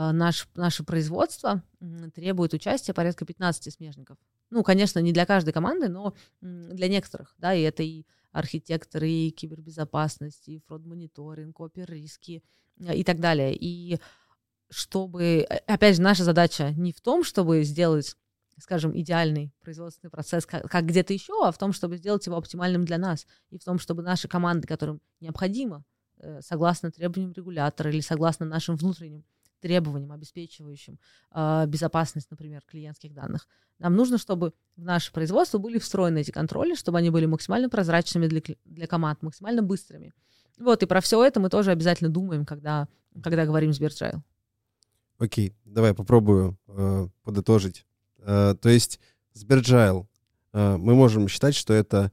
производство требует участия порядка 15 смежников. Ну, конечно, не для каждой команды, но для некоторых, да, и это и архитекторы, и кибербезопасность, и фрод-мониторинг, опер-риски и так далее. И чтобы, опять же, наша задача не в том, чтобы сделать, скажем, идеальный производственный процесс, как где-то еще, а в том, чтобы сделать его оптимальным для нас, и в том, чтобы наши команды, которым необходимо, согласно требованиям регулятора или согласно нашим внутренним требованиям, обеспечивающим безопасность, например, клиентских данных, нам нужно, чтобы в наше производство были встроены эти контроли, чтобы они были максимально прозрачными для команд, максимально быстрыми. Вот, и про все это мы тоже обязательно думаем, когда говорим Сберджайл. Окей, давай попробую подытожить. То есть Сберджайл, мы можем считать, что это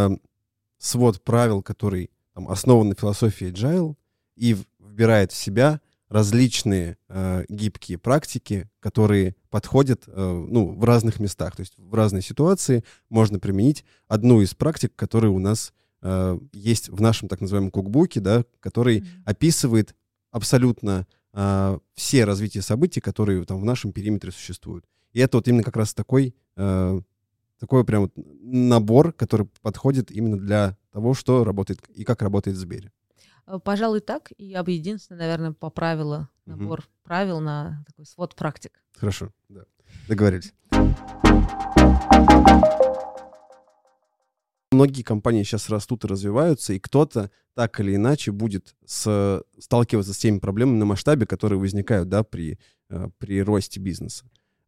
свод правил, который там основан на философии Agile и вбирает в себя различные гибкие практики, которые подходят в разных местах. То есть в разные ситуации можно применить одну из практик, которые у нас есть в нашем так называемом кукбуке, да, который описывает абсолютно все развития событий, которые там в нашем периметре существуют. И это вот именно как раз такой прям вот набор, который подходит именно для того, что работает и как работает в Сбере. Пожалуй, так. И я бы единственное, наверное, поправила набор правил на такой свод практик. Хорошо, да. Договорились. Многие компании сейчас растут и развиваются, и кто-то так или иначе будет сталкиваться с теми проблемами на масштабе, которые возникают, да, при росте бизнеса.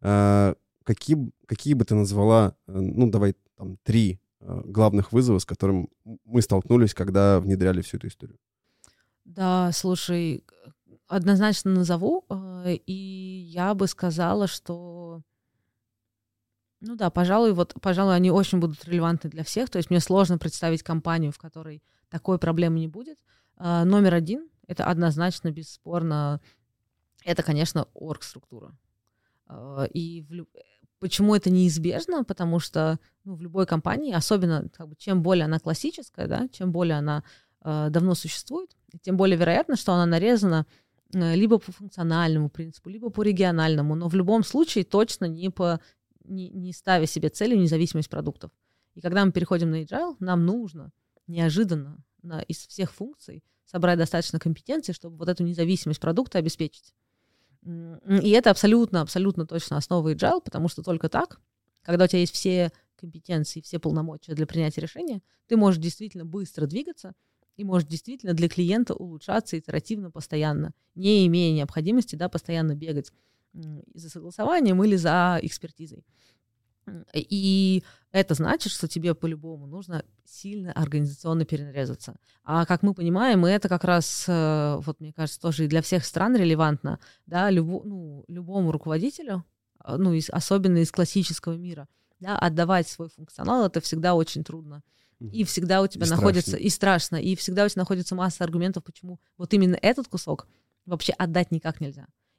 Какие бы ты назвала, давай там 3 главных вызова, с которым мы столкнулись, когда внедряли всю эту историю? Да, слушай, однозначно назову, и я бы сказала, что пожалуй, они очень будут релевантны для всех. То есть мне сложно представить компанию, в которой такой проблемы не будет. Номер 1 — это однозначно, бесспорно, это, конечно, оргструктура. И почему это неизбежно? Потому что в любой компании, особенно чем более она классическая, да, чем более она давно существует, тем более вероятно, что она нарезана либо по функциональному принципу, либо по региональному, но в любом случае точно не ставя себе целью независимость продуктов. И когда мы переходим на Agile, нам нужно неожиданно из всех функций собрать достаточно компетенций, чтобы вот эту независимость продукта обеспечить. И это абсолютно точно основа Agile, потому что только так, когда у тебя есть все компетенции, все полномочия для принятия решения, ты можешь действительно быстро двигаться и можешь действительно для клиента улучшаться итеративно, постоянно, не имея необходимости, да, постоянно бегать за согласованием или за экспертизой. И это значит, что тебе по-любому нужно сильно организационно перенарезаться. А как мы понимаем, и это как раз, мне кажется, тоже и для всех стран релевантно, да, любому руководителю, особенно из классического мира, да, отдавать свой функционал — это всегда очень трудно. И всегда у тебя находится, и страшно, и всегда у тебя находится масса аргументов, почему вот именно этот кусок вообще отдать никак нельзя.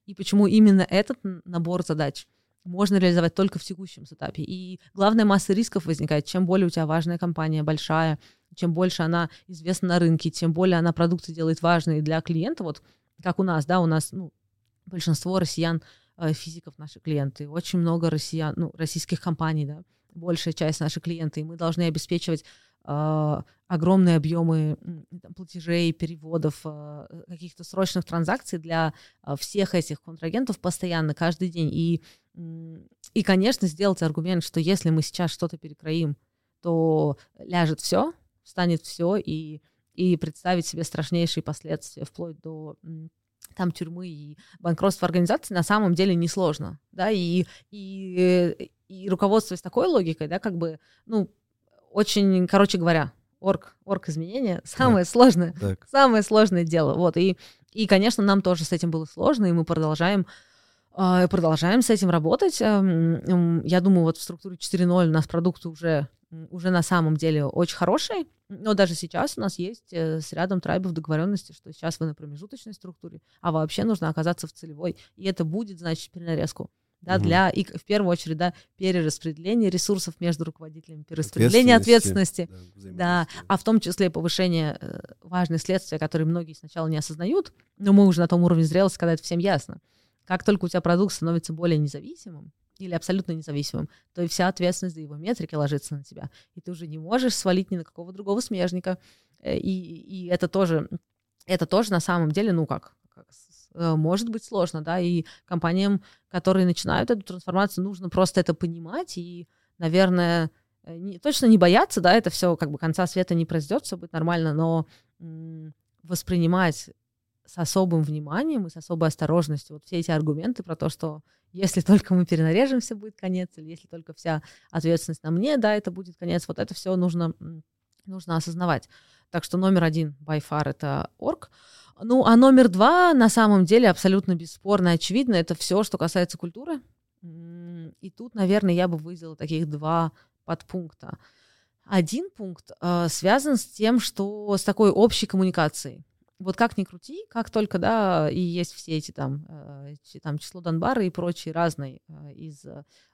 и почему именно этот набор задач можно реализовать только в текущем сетапе. И главная масса рисков возникает. Чем более у тебя важная компания, большая, чем больше она известна на рынке, тем более она продукты делает важные для клиента. Вот как у нас, да, у нас большинство россиян, физиков наши клиенты, очень много россиян, российских компаний, да, большая часть наших клиентов, и мы должны обеспечивать огромные объемы платежей, переводов, каких-то срочных транзакций для всех этих контрагентов постоянно, каждый день. И, конечно, сделать аргумент, что если мы сейчас что-то перекроим, то ляжет все, встанет все, и представить себе страшнейшие последствия, вплоть до там тюрьмы и банкротства организации, на самом деле несложно, да, и руководствуясь такой логикой, да, как бы, очень, короче говоря, орг изменения самое сложное, самое сложное дело, вот, и, конечно, нам тоже с этим было сложно, и мы продолжаем с этим работать. Я думаю, вот в структуре 4.0 у нас продукт уже на самом деле очень хороший, но даже сейчас у нас есть с рядом трайбов договоренности, что сейчас вы на промежуточной структуре, а вообще нужно оказаться в целевой, и это будет значить перенарезку. Да, и в первую очередь, да, перераспределение ресурсов между руководителями, перераспределение ответственности, да, а в том числе повышение важных следствий, которые многие сначала не осознают, но мы уже на том уровне зрелости, когда это всем ясно. Как только у тебя продукт становится более независимым или абсолютно независимым, то и вся ответственность за его метрики ложится на тебя. И ты уже не можешь свалить ни на какого другого смежника. И это тоже на самом деле, может быть сложно, да, и компаниям, которые начинают эту трансформацию, нужно просто это понимать и, наверное, точно не бояться, да, это все как бы конца света не произойдет, все будет нормально, но воспринимать с особым вниманием и с особой осторожностью вот все эти аргументы про то, что если только мы перенарежемся, будет конец, или если только вся ответственность на мне, да, это будет конец, вот это все нужно осознавать. Так что номер 1 by far это орг. А номер 2 на самом деле абсолютно бесспорно и очевидно, это все, что касается культуры. И тут, наверное, я бы выделила таких 2 подпункта. Один пункт связан с тем, что с такой общей коммуникацией. Вот как ни крути, как только, да, и есть все эти там число Данбара и прочие разные из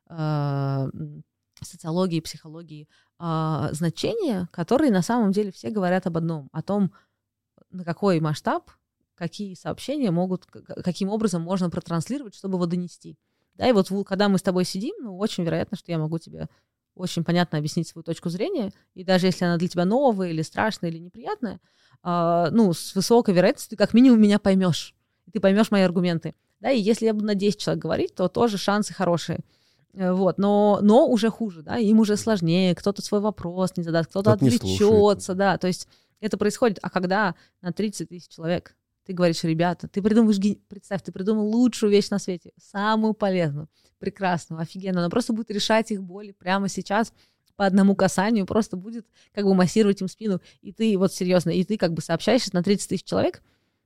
социологии, психологии значения, которые на самом деле все говорят об одном, о том, на какой масштаб, какие сообщения каким образом можно протранслировать, чтобы его донести. Да, и вот когда мы с тобой сидим, очень вероятно, что я могу тебе очень понятно объяснить свою точку зрения, и даже если она для тебя новая или страшная или неприятная, с высокой вероятностью ты как минимум меня поймешь, и ты поймешь мои аргументы. Да, и если я буду на 10 человек говорить, то тоже шансы хорошие. Вот, но уже хуже, да, им уже сложнее, кто-то свой вопрос не задаст, кто-то отвлечется, да, то есть это происходит, а когда на 30 тысяч человек ты говоришь, ребята, представь, ты придумал лучшую вещь на свете, самую полезную, прекрасную, офигенную, она просто будет решать их боли прямо сейчас по одному касанию, просто будет как бы массировать им спину, и ты, вот серьезно, и ты как бы сообщаешься на 30 тысяч человек,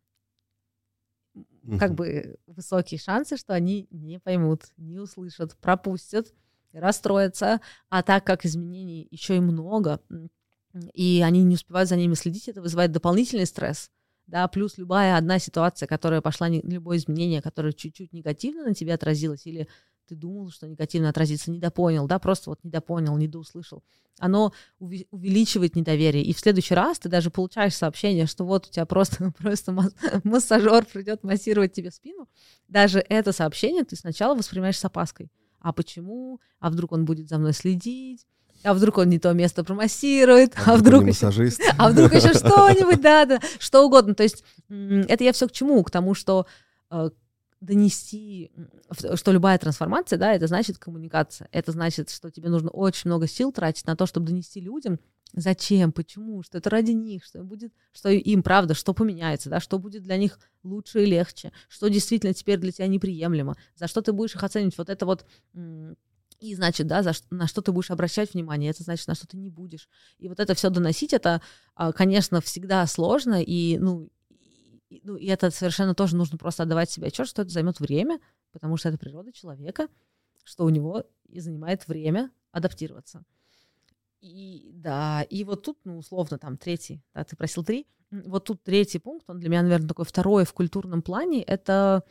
как бы высокие шансы, что они не поймут, не услышат, пропустят, расстроятся, а так как изменений еще и много, и они не успевают за ними следить, это вызывает дополнительный стресс, да, плюс любая одна ситуация, которая пошла, любое изменение, которое чуть-чуть негативно на тебе отразилось, или ты думал, что негативно отразится, недопонял, да, просто вот недопонял, недоуслышал, оно увеличивает недоверие, и в следующий раз ты даже получаешь сообщение, что вот у тебя просто массажер придет массировать тебе спину, даже это сообщение ты сначала воспринимаешь с опаской. А почему? А вдруг он будет за мной следить? А вдруг он не то место промассирует, а вдруг еще что-нибудь, да, что угодно. То есть это я все к чему? К тому, что донести, что любая трансформация, да, это значит коммуникация. Это значит, что тебе нужно очень много сил тратить на то, чтобы донести людям, зачем, почему, что это ради них, что им правда, что поменяется, да, что будет для них лучше и легче, что действительно теперь для тебя неприемлемо, за что ты будешь их оценивать. Вот это вот... И, значит, да, на что ты будешь обращать внимание, это значит, на что ты не будешь. И вот это все доносить, это, конечно, всегда сложно, и это совершенно тоже нужно просто отдавать себе отчет, что это займет время, потому что это природа человека, что у него и занимает время адаптироваться. И да, и вот тут, условно, там, третий, да, ты просил 3, вот тут третий пункт, он для меня, наверное, такой второй в культурном плане, это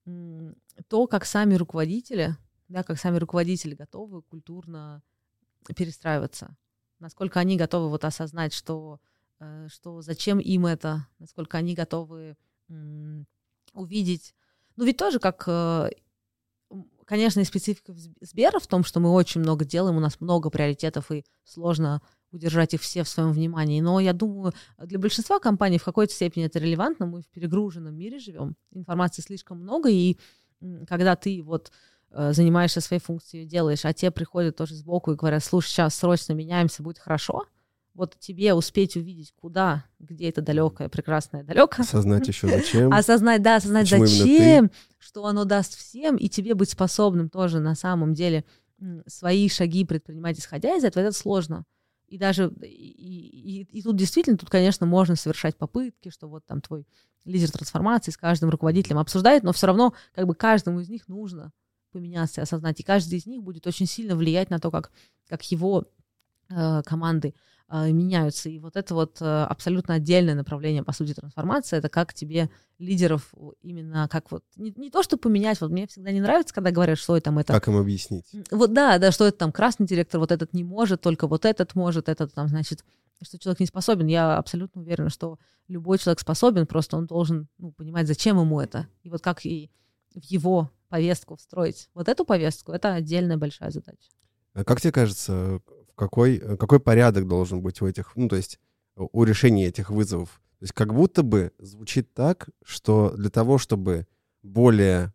то, как сами руководители, да, как сами руководители готовы культурно перестраиваться, насколько они готовы вот осознать, что зачем им это, насколько они готовы увидеть. Ну, ведь тоже как, конечно, и специфика Сбера в том, что мы очень много делаем, у нас много приоритетов, и сложно удержать их все в своем внимании. Но я думаю, для большинства компаний в какой-то степени это релевантно. Мы в перегруженном мире живем, информации слишком много, и когда ты вот занимаешься своей функцией, делаешь, а те приходят тоже сбоку и говорят: слушай, сейчас срочно меняемся, будет хорошо. Вот тебе успеть увидеть, куда, где это далекое, прекрасное, далеко. Осознать еще зачем. Осознать зачем, что оно даст всем, и тебе быть способным тоже на самом деле свои шаги предпринимать, исходя из этого, это сложно. И даже, и тут действительно, тут, конечно, можно совершать попытки, что вот там твой лидер трансформации с каждым руководителем обсуждает, но все равно как бы каждому из них нужно поменяться и осознать, и каждый из них будет очень сильно влиять на то, как его команды меняются. И вот это вот абсолютно отдельное направление, по сути, трансформации. Это как тебе лидеров именно как вот... Не то, что поменять. Вот мне всегда не нравится, когда говорят, что там это... Как им объяснить? Вот да, что это там красный директор, вот этот не может, только вот этот может, этот там, значит, что человек не способен. Я абсолютно уверена, что любой человек способен, просто он должен понимать, зачем ему это. И вот как и в его повестку встроить вот эту повестку, это отдельная большая задача. А как тебе кажется, какой порядок должен быть у этих, то есть у решения этих вызовов? То есть как будто бы звучит так, что для того, чтобы более,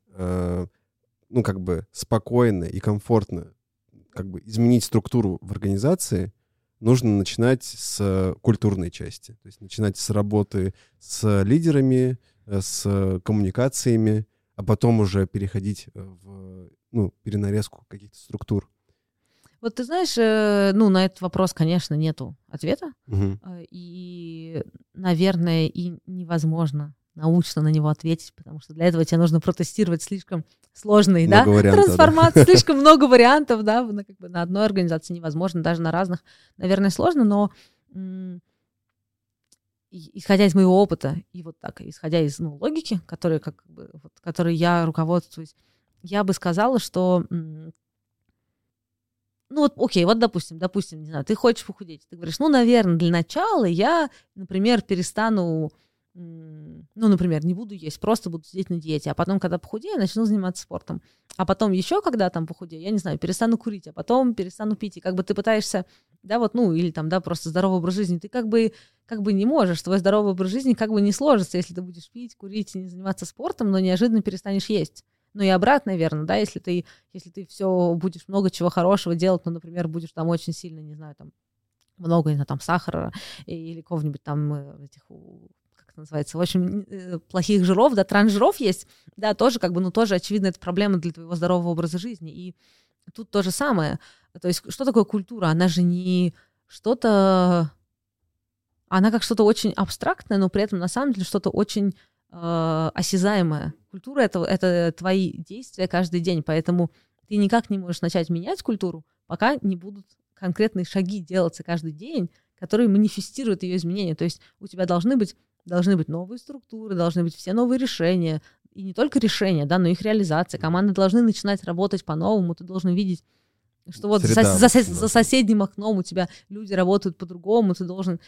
спокойно и комфортно изменить структуру в организации, нужно начинать с культурной части. То есть начинать с работы с лидерами, с коммуникациями, а потом уже переходить в перенарезку каких-то структур. Вот ты знаешь, на этот вопрос, конечно, нету ответа. Угу. И, наверное, и невозможно научно на него ответить, потому что для этого тебе нужно протестировать слишком сложные трансформации, слишком много вариантов, да, на одной организации невозможно, даже на разных, наверное, сложно, но исходя из моего опыта и вот так, исходя из логики, которой я руководствуюсь, я бы сказала, что окей, допустим, не знаю, ты хочешь похудеть. Ты говоришь, наверное, для начала я, например, перестану, например, не буду есть, просто буду сидеть на диете, а потом, когда похудею, начну заниматься спортом. А потом еще, когда там похудею, я не знаю, перестану курить, а потом перестану пить. И ты пытаешься, или там, просто здоровый образ жизни, ты как бы не можешь, твой здоровый образ жизни не сложится, если ты будешь пить, курить и не заниматься спортом, но неожиданно перестанешь есть. Ну и обратно, верно, да, если ты все будешь много чего хорошего делать, например, будешь там очень сильно, не знаю, там много, не знаю, там сахара или какого-нибудь там этих, как это называется, очень плохих жиров, да, трансжиров есть, да, тоже тоже, очевидно, это проблема для твоего здорового образа жизни. И тут то же самое. То есть что такое культура? Она же не что-то... Она как что-то очень абстрактное, но при этом на самом деле что-то очень осязаемое. Культура — это твои действия каждый день, поэтому ты никак не можешь начать менять культуру, пока не будут конкретные шаги делаться каждый день, которые манифестируют ее изменения. То есть у тебя должны быть новые структуры, должны быть все новые решения, и не только решения, да, но и их реализация. Команды должны начинать работать по-новому, ты должен видеть, что вот за соседним окном у тебя люди работают по-другому, ты должен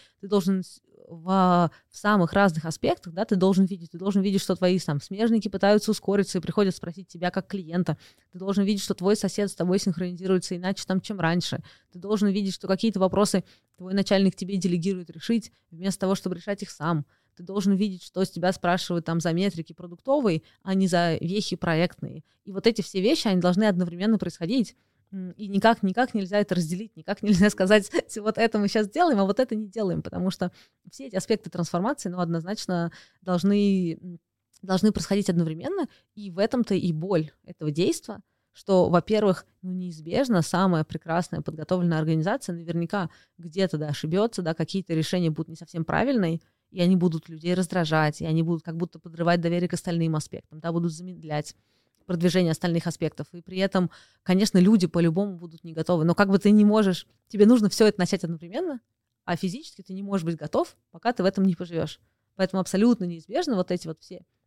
в самых разных аспектах, да, ты должен видеть, что твои там смежники пытаются ускориться и приходят спросить тебя как клиента. Ты должен видеть, что твой сосед с тобой синхронизируется иначе там, чем раньше. Ты должен видеть, что какие-то вопросы твой начальник тебе делегирует решить, вместо того, чтобы решать их сам. Ты должен видеть, что с тебя спрашивают там за метрики продуктовые, а не за вехи проектные. И вот эти все вещи, они должны одновременно происходить. И никак нельзя это разделить, никак нельзя сказать, вот это мы сейчас делаем, а вот это не делаем, потому что все эти аспекты трансформации, однозначно должны происходить одновременно, и в этом-то и боль этого действия, что, во-первых, неизбежно самая прекрасная подготовленная организация наверняка где-то, да, ошибется, да, какие-то решения будут не совсем правильные, и они будут людей раздражать, и они будут как будто подрывать доверие к остальным аспектам, да, будут замедлять продвижение остальных аспектов. И при этом, конечно, люди по-любому будут не готовы. Но ты не можешь, тебе нужно все это начать одновременно, а физически ты не можешь быть готов, пока ты в этом не поживешь. Поэтому абсолютно неизбежно вот эти вот все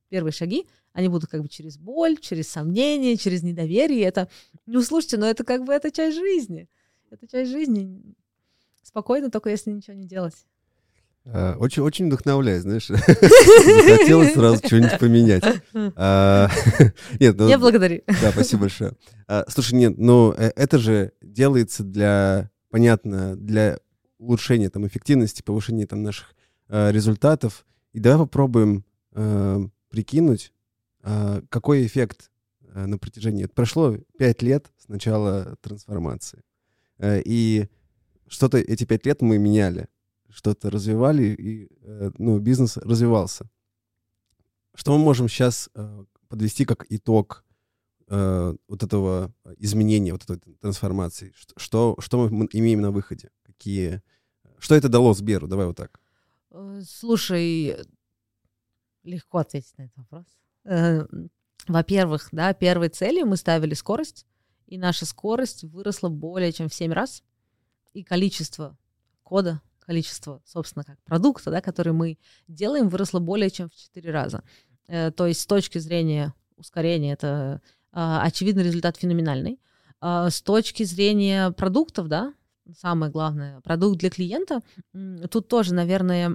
первые шаги, они будут как бы через боль, через сомнения, через недоверие. Это, ну, слушайте, но это как бы это часть жизни. Это часть жизни. Спокойно, только если ничего не делать. Очень, очень вдохновляет, знаешь. Захотелось сразу что-нибудь поменять. Нет, Не благодари. Да, спасибо большое. Слушай, нет, ну это же делается понятно, для улучшения там эффективности, повышения там наших результатов. И давай попробуем прикинуть, какой эффект на протяжении... Прошло 5 лет с начала трансформации. И что-то эти 5 лет мы меняли, что-то развивали, и бизнес развивался. Что мы можем сейчас подвести как итог вот этого изменения, вот этой трансформации? Что мы имеем на выходе? Что это дало Сберу? Давай вот так. Слушай, легко ответить на этот вопрос. Во-первых, да, первой целью мы ставили скорость, и наша скорость выросла более чем в 7 раз, и количество кода, количество, собственно, как продукта, да, который мы делаем, выросло более чем в 4 раза. То есть с точки зрения ускорения это очевидно результат феноменальный. С точки зрения продуктов, да, самое главное, продукт для клиента, тут тоже, наверное,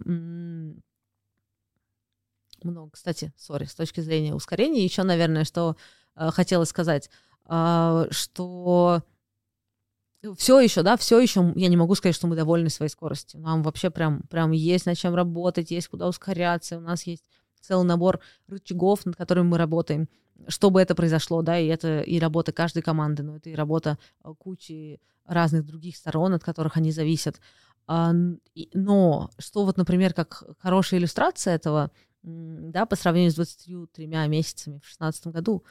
много, кстати, с точки зрения ускорения, еще, наверное, что хотела сказать, что все еще, я не могу сказать, что мы довольны своей скоростью. Нам вообще прям есть над чем работать, есть куда ускоряться, у нас есть целый набор рычагов, над которыми мы работаем, чтобы это произошло, да, и это и работа каждой команды, но это и работа кучи разных других сторон, от которых они зависят. Но что вот, например, как хорошая иллюстрация этого, да, по сравнению с 23 месяцами в 2016 году,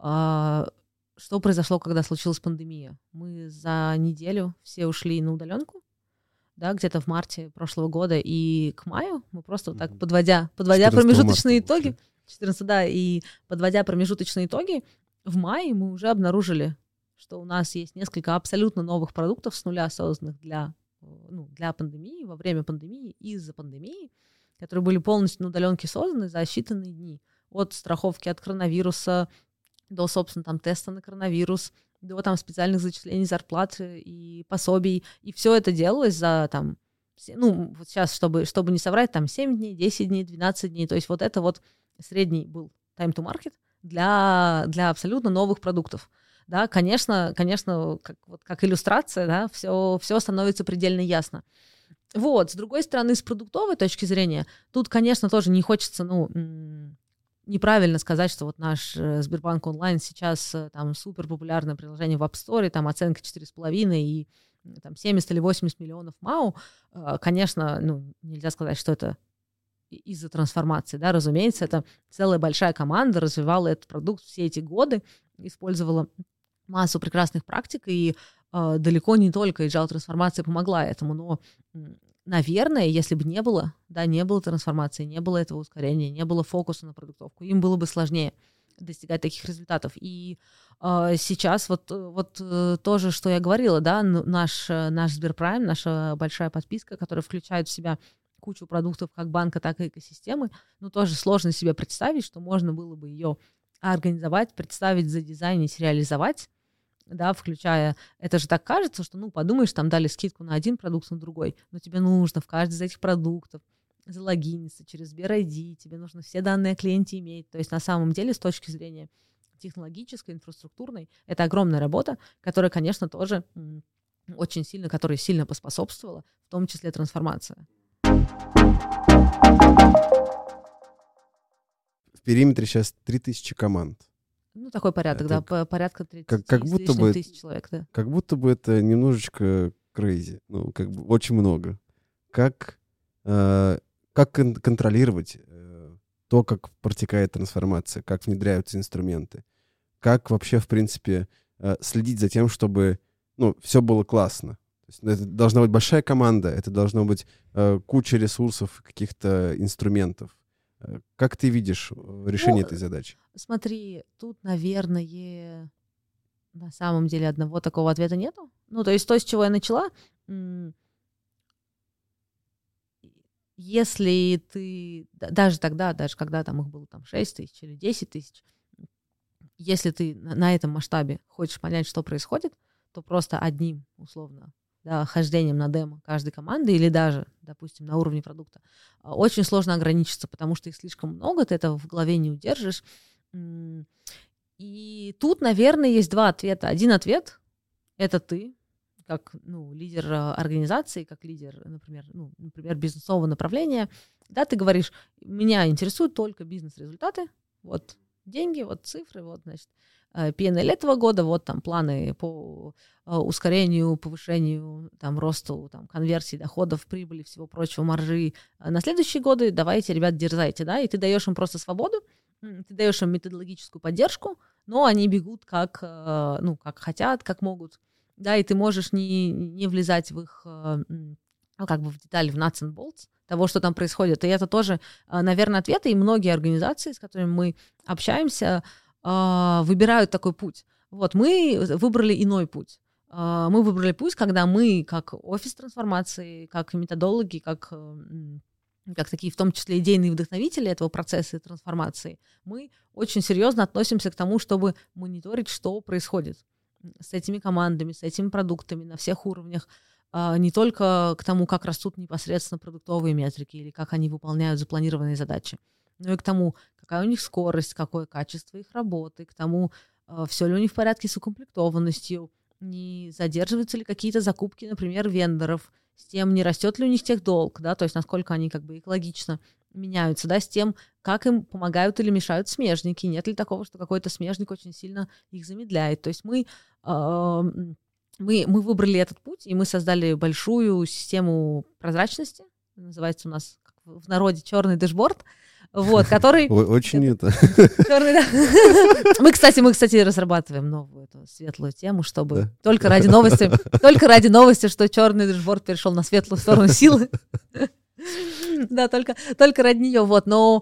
что произошло, когда случилась пандемия? Мы за неделю все ушли на удаленку, да, где-то в марте прошлого года, и к маю мы просто вот так, подводя промежуточные итоги, 14, да, и подводя промежуточные итоги, в мае мы уже обнаружили, что у нас есть несколько абсолютно новых продуктов с нуля, созданных для пандемии, во время пандемии, из-за пандемии, которые были полностью на удаленке созданы за считанные дни. От страховки от коронавируса до, собственно, там, теста на коронавирус, до там специальных зачислений зарплат и пособий. И все это делалось за там, вот сейчас, чтобы не соврать, там 7 дней, 10 дней, 12 дней. То есть вот это вот средний был time to market для абсолютно новых продуктов. Да, конечно, как иллюстрация, да, все становится предельно ясно. Вот, с другой стороны, с продуктовой точки зрения, тут, конечно, тоже не хочется, неправильно сказать, что вот наш Сбербанк онлайн сейчас там супер популярное приложение в App Store, там оценка 4,5 и там 70 или 80 миллионов МАУ. Конечно, нельзя сказать, что это из-за трансформации, да, разумеется, это целая большая команда развивала этот продукт все эти годы, использовала массу прекрасных практик, и далеко не только agile-трансформация помогла этому, но, наверное, если бы не было трансформации, не было этого ускорения, не было фокуса на продуктовку, им было бы сложнее достигать таких результатов. И сейчас вот тоже, что я говорила, да, наш Сберпрайм, наша большая подписка, которая включает в себя кучу продуктов как банка, так и экосистемы, тоже сложно себе представить, что можно было бы ее организовать, представить, задизайнить, реализовать, да, включая, это же так кажется, что, подумаешь, там дали скидку на один продукт, на другой, но тебе нужно в каждый из этих продуктов залогиниться через Сбер-ID, тебе нужно все данные о клиенте иметь, то есть на самом деле с точки зрения технологической, инфраструктурной, это огромная работа, которая, конечно, тоже которая сильно поспособствовала, в том числе трансформация. В периметре сейчас 3000 команд. Такой порядок, да, порядка 30 тысяч человек, да. Как будто бы это немножечко crazy, очень много. Как контролировать то, как протекает трансформация, как внедряются инструменты? Как вообще, в принципе, следить за тем, чтобы, все было классно? То есть, это должна быть большая команда, это должно быть куча ресурсов, каких-то инструментов. Как ты видишь решение этой задачи? Смотри, тут, наверное, на самом деле одного такого ответа нету. То есть то, с чего я начала, если ты, даже тогда, даже когда там их было там 6 тысяч или 10 тысяч, если ты на этом масштабе хочешь понять, что происходит, то просто одним, условно, да, хождением на демо каждой команды или даже, допустим, на уровне продукта, очень сложно ограничиться, потому что их слишком много, ты этого в голове не удержишь. И тут, наверное, есть два ответа. Один ответ — это ты, как лидер организации, как лидер, например, бизнесового направления. Да, ты говоришь, меня интересуют только бизнес-результаты, вот деньги, вот цифры, вот, значит, P&L этого года, вот там планы по ускорению, повышению, там, росту, там, конверсии, доходов, прибыли, всего прочего, маржи на следующие годы. Давайте, ребят, дерзайте, да, и ты даешь им просто свободу, ты даешь им методологическую поддержку, но они бегут как хотят, как могут, да, и ты можешь не влезать в их, в детали, в nuts and bolts того, что там происходит. И это тоже, наверное, ответы, и многие организации, с которыми мы общаемся, выбирают такой путь. Вот, мы выбрали иной путь. Мы выбрали путь, когда мы, как офис трансформации, как методологи, как такие, в том числе, идейные вдохновители этого процесса и трансформации, мы очень серьезно относимся к тому, чтобы мониторить, что происходит с этими командами, с этими продуктами на всех уровнях, не только к тому, как растут непосредственно продуктовые метрики или как они выполняют запланированные задачи, но и к тому, какая у них скорость, какое качество их работы, к тому, все ли у них в порядке с укомплектованностью, не задерживаются ли какие-то закупки, например, вендоров, с тем, не растет ли у них техдолг, да, то есть насколько они как бы экологично меняются, да, с тем, как им помогают или мешают смежники, нет ли такого, что какой-то смежник очень сильно их замедляет. То есть мы выбрали этот путь, и мы создали большую систему прозрачности, называется у нас в народе черный дэшборд, вот, который... Очень это... Мы, кстати, разрабатываем новую эту светлую тему, чтобы только ради новости, что черный дэшборд перешел на светлую сторону силы. Да, только ради нее, вот, но...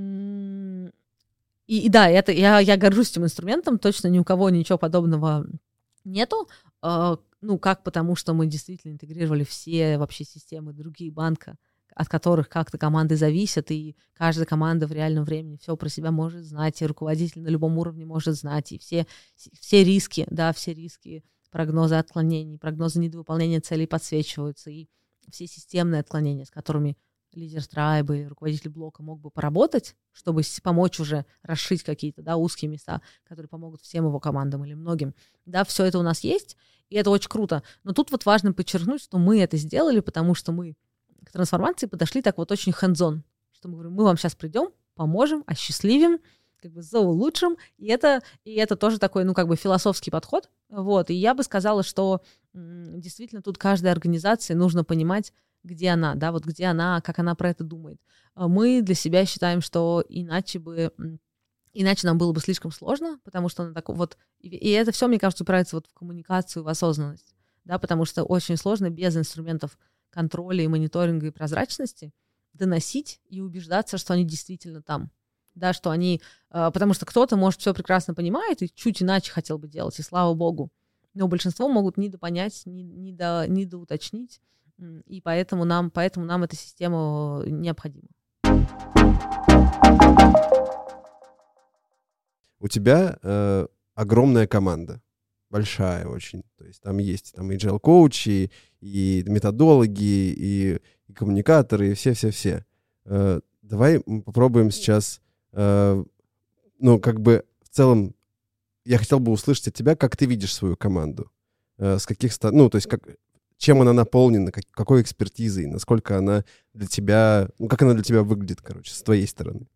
И да, это я горжусь этим инструментом, точно ни у кого ничего подобного нету, потому что мы действительно интегрировали все вообще системы другие банка, от которых как-то команды зависят, и каждая команда в реальном времени все про себя может знать, и руководитель на любом уровне может знать, и все риски, да, все риски, прогнозы отклонений, прогнозы недовыполнения целей подсвечиваются, и все системные отклонения, с которыми лидер страйба или руководитель блока мог бы поработать, чтобы помочь уже расшить какие-то, да, узкие места, которые помогут всем его командам или многим. Да, все это у нас есть, и это очень круто. Но тут вот важно подчеркнуть, что мы это сделали, потому что мы к трансформации подошли так вот очень hands-on, что мы говорим, мы вам сейчас придем, поможем, осчастливим, как бы заулучшим, и это тоже такой, философский подход, вот, и я бы сказала, что действительно тут каждой организации нужно понимать, где она, да, вот где она, как она про это думает. Мы для себя считаем, что иначе нам было бы слишком сложно, потому что она так вот, и это все, мне кажется, упирается вот в коммуникацию, в осознанность, да, потому что очень сложно без инструментов контроля и мониторинга и прозрачности доносить и убеждаться, что они действительно там, да, что они, потому что кто-то, может, все прекрасно понимает и чуть иначе хотел бы делать, и слава богу, но большинство могут недопонять, недоуточнить, и поэтому нам эта система необходима. У тебя огромная команда, большая очень. То есть там есть agile-коучи, и методологи, и коммуникаторы, и все-все-все. Давай мы попробуем сейчас, в целом, я хотел бы услышать от тебя, как ты видишь свою команду. С каких то есть чем она наполнена, какой экспертизой, насколько она для тебя, как она для тебя выглядит, с твоей стороны.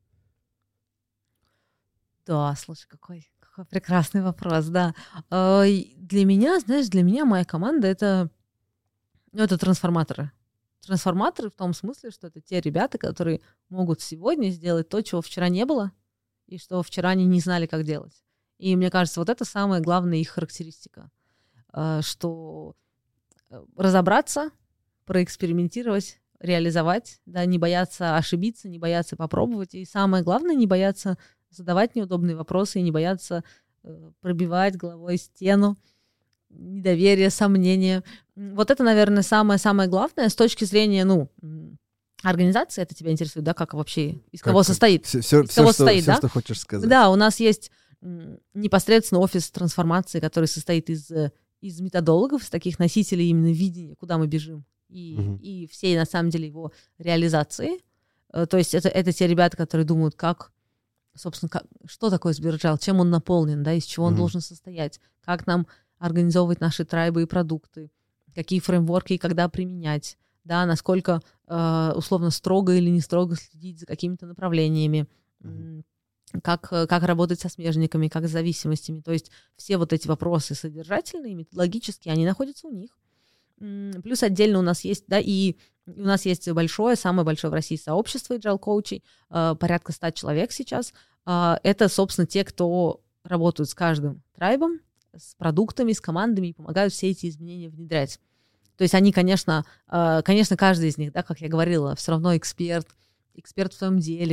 Да, слушай, какой прекрасный вопрос, да. Для меня моя команда это трансформаторы. Трансформаторы в том смысле, что это те ребята, которые могут сегодня сделать то, чего вчера не было, и что вчера они не знали, как делать. И мне кажется, вот это самая главная их характеристика, что разобраться, проэкспериментировать, реализовать, да, не бояться ошибиться, не бояться попробовать, и самое главное, не бояться задавать неудобные вопросы и не бояться пробивать головой стену, недоверие, сомнения. Вот это, наверное, самое главное с точки зрения, организации, это тебя интересует, да, как вообще, из кого состоит? Все, что хочешь сказать. Да, у нас есть непосредственно офис трансформации, который состоит из методологов, из таких носителей именно видения, куда мы бежим, и всей, на самом деле, его реализации. То есть это те ребята, которые думают, что такое Сберджайл, чем он наполнен, да, из чего он должен состоять, как нам организовывать наши трайбы и продукты, какие фреймворки и когда применять, да, насколько условно строго или не строго следить за какими-то направлениями, как работать со смежниками, как с зависимостями. То есть все вот эти вопросы содержательные, методологические, они находятся у них. Плюс отдельно у нас есть, да, и у нас есть самое большое в России сообщество agile-коучей, порядка 100 человек сейчас. Это, собственно, те, кто работают с каждым трайбом, с продуктами, с командами и помогают все эти изменения внедрять. То есть они, конечно, каждый из них, да, как я говорила, все равно эксперт в своем деле.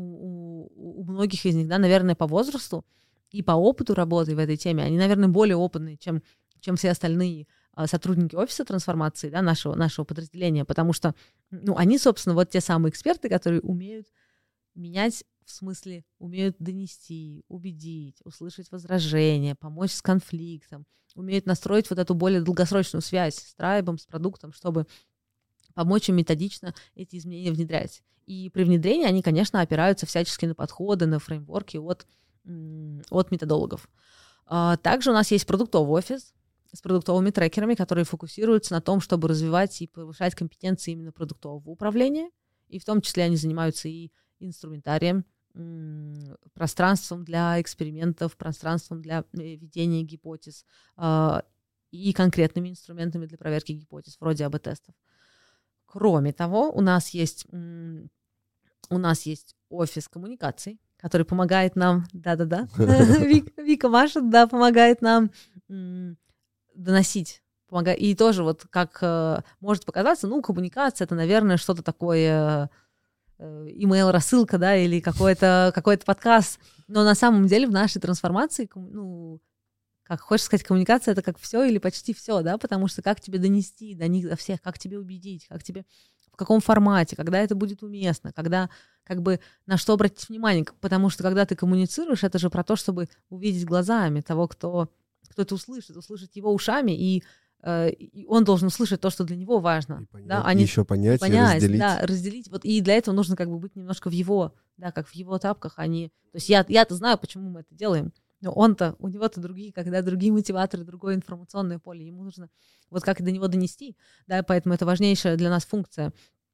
У многих из них, да, наверное, по возрасту и по опыту работы в этой теме, они, наверное, более опытные, чем все остальные сотрудники офиса трансформации, да, нашего подразделения, потому что, они, собственно, вот те самые эксперты, которые умеют менять, в смысле, умеют донести, убедить, услышать возражения, помочь с конфликтом, умеют настроить вот эту более долгосрочную связь с трайбом, с продуктом, чтобы помочь им методично эти изменения внедрять. И при внедрении они, конечно, опираются всячески на подходы, на фреймворки от методологов. Также у нас есть продуктовый офис с продуктовыми трекерами, которые фокусируются на том, чтобы развивать и повышать компетенции именно продуктового управления. И в том числе они занимаются и инструментарием, пространством для экспериментов, пространством для ведения гипотез и конкретными инструментами для проверки гипотез, вроде АБ-тестов. Кроме того, у нас есть офис коммуникаций, который помогает нам, Вика машет, да, помогает нам доносить. И тоже вот как может показаться, коммуникация — это, наверное, что-то такое, email-рассылка, да, или какой-то подкаст. Но на самом деле в нашей трансформации, как хочешь сказать, коммуникация — это как все или почти все, да, потому что как тебе донести до них, до всех, как тебе убедить, в каком формате, когда это будет уместно, когда, на что обратить внимание, потому что когда ты коммуницируешь, это же про то, чтобы увидеть глазами того, кто это услышать его ушами, и он должен услышать то, что для него важно. И понять, да, еще понять и разделить. Да, разделить. Вот, и для этого нужно быть немножко в его, да, как в его тапках, То есть я-то знаю, почему мы это делаем, но у него-то другие мотиваторы, другое информационное поле, ему нужно как до него донести, да, поэтому это важнейшая для нас функция.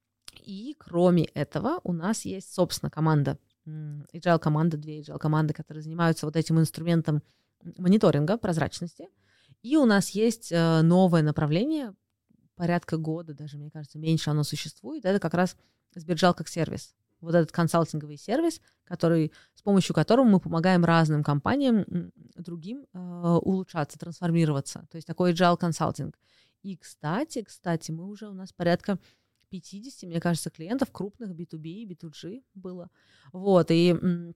И кроме этого у нас есть, собственно, команда, agile-команда, 2 agile-команды, которые занимаются вот этим инструментом мониторинга, прозрачности. И у нас есть новое направление, порядка года, даже, мне кажется, меньше оно существует, это как раз Сберджайл как сервис. Вот этот консалтинговый сервис, с помощью которого мы помогаем разным компаниям, другим, улучшаться, трансформироваться. То есть такой agile консалтинг. И, кстати, у нас порядка 50, мне кажется, клиентов крупных B2B, B2G было. Вот, и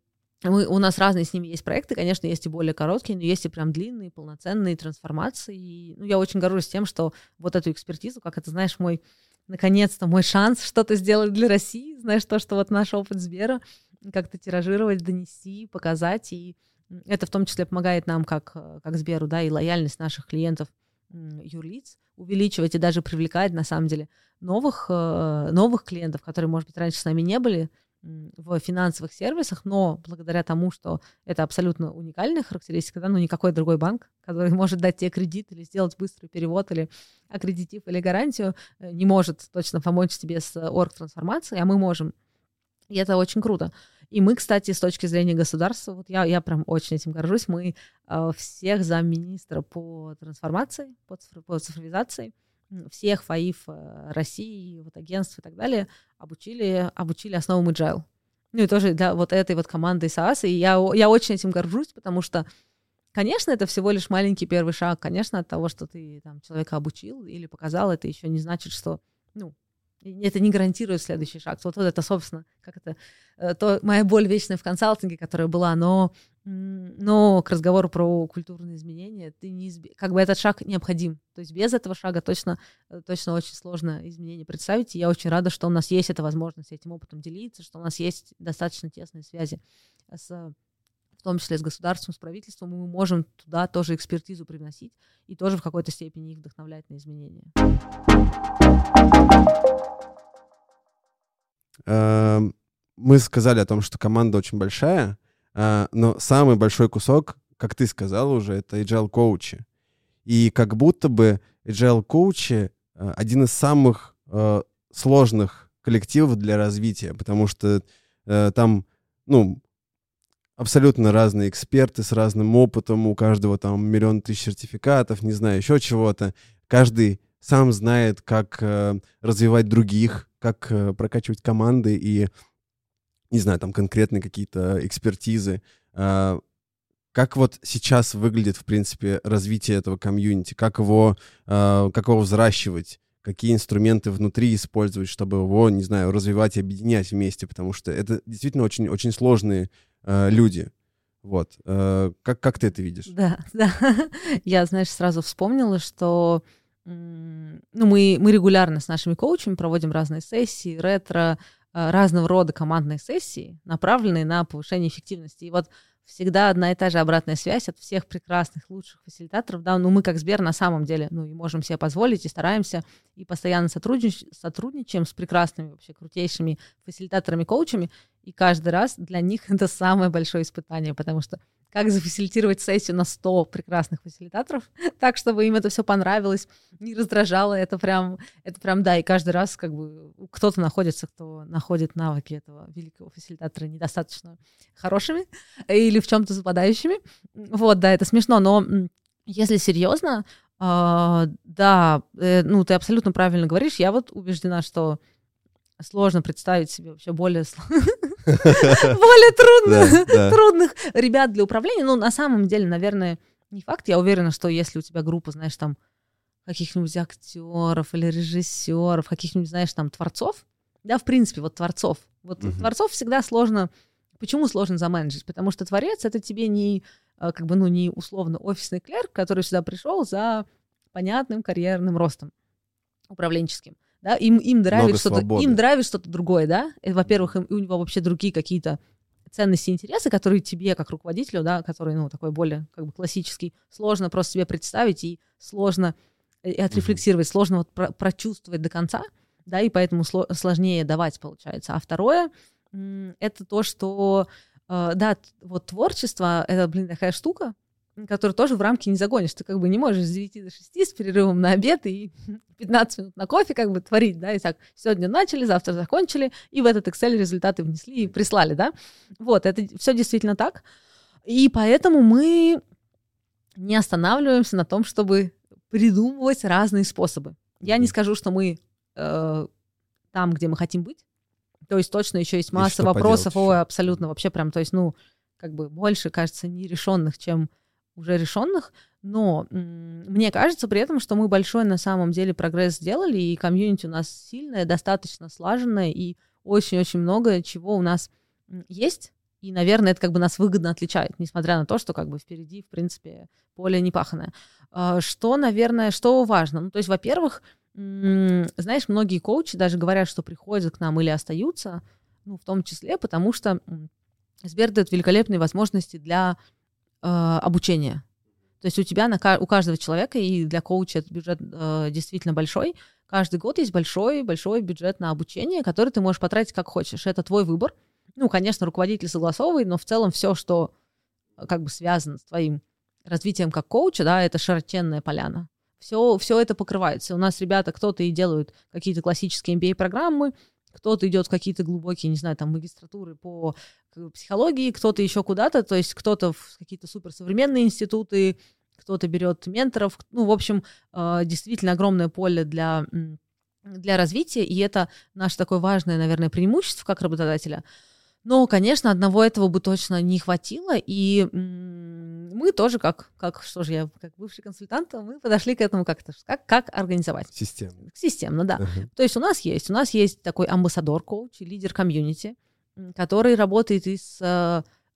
у нас разные с ними есть проекты, конечно, есть и более короткие, но есть и прям длинные, полноценные трансформации. И, я очень горжусь тем, что вот эту экспертизу, как это, знаешь, наконец-то мой шанс что-то сделать для России, знаешь, то, что вот наш опыт Сбера как-то тиражировать, донести, показать, и это в том числе помогает нам, как Сберу, да, и лояльность наших клиентов, юрлиц увеличивать и даже привлекать, на самом деле, новых клиентов, которые, может быть, раньше с нами не были в финансовых сервисах, но благодаря тому, что это абсолютно уникальная характеристика, да, никакой другой банк, который может дать тебе кредит или сделать быстрый перевод или аккредитив или гарантию, не может точно помочь тебе с оргтрансформацией, а мы можем. И это очень круто. И мы, кстати, с точки зрения государства, вот я прям очень этим горжусь, мы всех замминистра по трансформации, по цифровизации, всех ФАИФ России, вот агентств и так далее обучили основам agile. И тоже для вот этой вот команды SaaS. И я очень этим горжусь, потому что, конечно, это всего лишь маленький первый шаг. Конечно, от того, что ты там человека обучил или показал, это еще не значит, что, это не гарантирует следующий шаг. Вот это, собственно, моя боль вечная в консалтинге, которая была, но Но к разговору про культурные изменения как бы этот шаг необходим. То есть без этого шага точно очень сложно изменения представить. И я очень рада, что у нас есть эта возможность этим опытом делиться, что у нас есть достаточно тесные связи в том числе с государством, с правительством, и мы можем туда тоже экспертизу привносить и тоже в какой-то степени их вдохновлять на изменения. Мы сказали о том, что команда очень большая, но самый большой кусок, как ты сказала уже, это agile-коучи. И как будто бы agile-коучи один из самых сложных коллективов для развития, потому что там, абсолютно разные эксперты с разным опытом, у каждого там 1 000 000 сертификатов, не знаю, еще чего-то. Каждый сам знает, как развивать других, как прокачивать команды и, не знаю, там конкретные какие-то экспертизы. Как вот сейчас выглядит, в принципе, развитие этого комьюнити? Как его взращивать? Какие инструменты внутри использовать, чтобы его, не знаю, развивать и объединять вместе? Потому что это действительно очень, очень сложные люди. Вот. Как ты это видишь? Да. Я, сразу вспомнила, что мы регулярно с нашими коучами проводим разные сессии, ретро, разного рода командные сессии, направленные на повышение эффективности. И вот всегда одна и та же обратная связь от всех прекрасных, лучших фасилитаторов. Да, мы как Сбер на самом деле, и можем себе позволить, и стараемся, и постоянно сотрудничаем с прекрасными, вообще крутейшими фасилитаторами-коучами, и каждый раз для них это самое большое испытание, потому что как зафасилитировать сессию на 100 прекрасных фасилитаторов, так, чтобы им это все понравилось, не раздражало, это прям, да, и каждый раз как бы кто-то находится, кто находит навыки этого великого фасилитатора недостаточно хорошими или в чем-то западающими. Вот, да, это смешно, но если серьезно, да, ты абсолютно правильно говоришь, я вот убеждена, что сложно представить себе вообще более трудных ребят для управления. На самом деле, наверное, не факт. Я уверена, что если у тебя группа, знаешь, там каких-нибудь актеров или режиссеров, каких-нибудь, знаешь, там творцов, да, в принципе, вот творцов. Вот творцов всегда сложно. Почему сложно заменеджить? Потому что творец — это тебе не условно офисный клерк, который сюда пришел за понятным карьерным ростом управленческим. Да, им драйвит что-то другое, да. И, во-первых, у него вообще другие какие-то ценности и интересы, которые тебе, как руководителю, да, который, такой более как бы классический, сложно просто себе представить и сложно отрефлексировать, сложно вот прочувствовать до конца, да, и поэтому сложнее давать, получается. А второе — это то, что, да, вот творчество — это, такая штука, которую тоже в рамки не загонишь. Ты как бы не можешь с 9 до 6 с перерывом на обед и 15 минут на кофе как бы творить, да, и так сегодня начали, завтра закончили, и в этот Excel результаты внесли и прислали, да. Вот, это все действительно так. И поэтому мы не останавливаемся на том, чтобы придумывать разные способы. Я не скажу, что мы там, где мы хотим быть. То есть точно еще есть масса вопросов, абсолютно, вообще прям, то есть, как бы больше, кажется, нерешенных, чем уже решенных, но мне кажется при этом, что мы большой на самом деле прогресс сделали, и комьюнити у нас сильное, достаточно слаженное, и очень-очень много чего у нас есть, и, наверное, это как бы нас выгодно отличает, несмотря на то, что как бы впереди, в принципе, поле непаханное. Что, наверное, что важно? То есть, во-первых, знаешь, многие коучи даже говорят, что приходят к нам или остаются, в том числе, потому что Сбер дает великолепные возможности для обучения. То есть у тебя, у каждого человека, и для коуча этот бюджет действительно большой, каждый год есть большой бюджет на обучение, который ты можешь потратить как хочешь. Это твой выбор. Конечно, руководитель согласовывает, но в целом все, что как бы связано с твоим развитием как коуча, да, это широченная поляна. Все это покрывается. У нас ребята, кто-то и делают какие-то классические MBA-программы, кто-то идет в какие-то глубокие, не знаю, там, магистратуры по психологии, кто-то еще куда-то, то есть кто-то в какие-то суперсовременные институты, кто-то берет менторов. В общем, действительно огромное поле для развития, и это наше такое важное, наверное, преимущество как работодателя. Но, конечно, одного этого бы точно не хватило, и мы тоже, как бывший консультант, мы подошли к этому как организовать. Системно, да. То есть у нас есть такой амбассадор-коуч, лидер комьюнити, который работает и с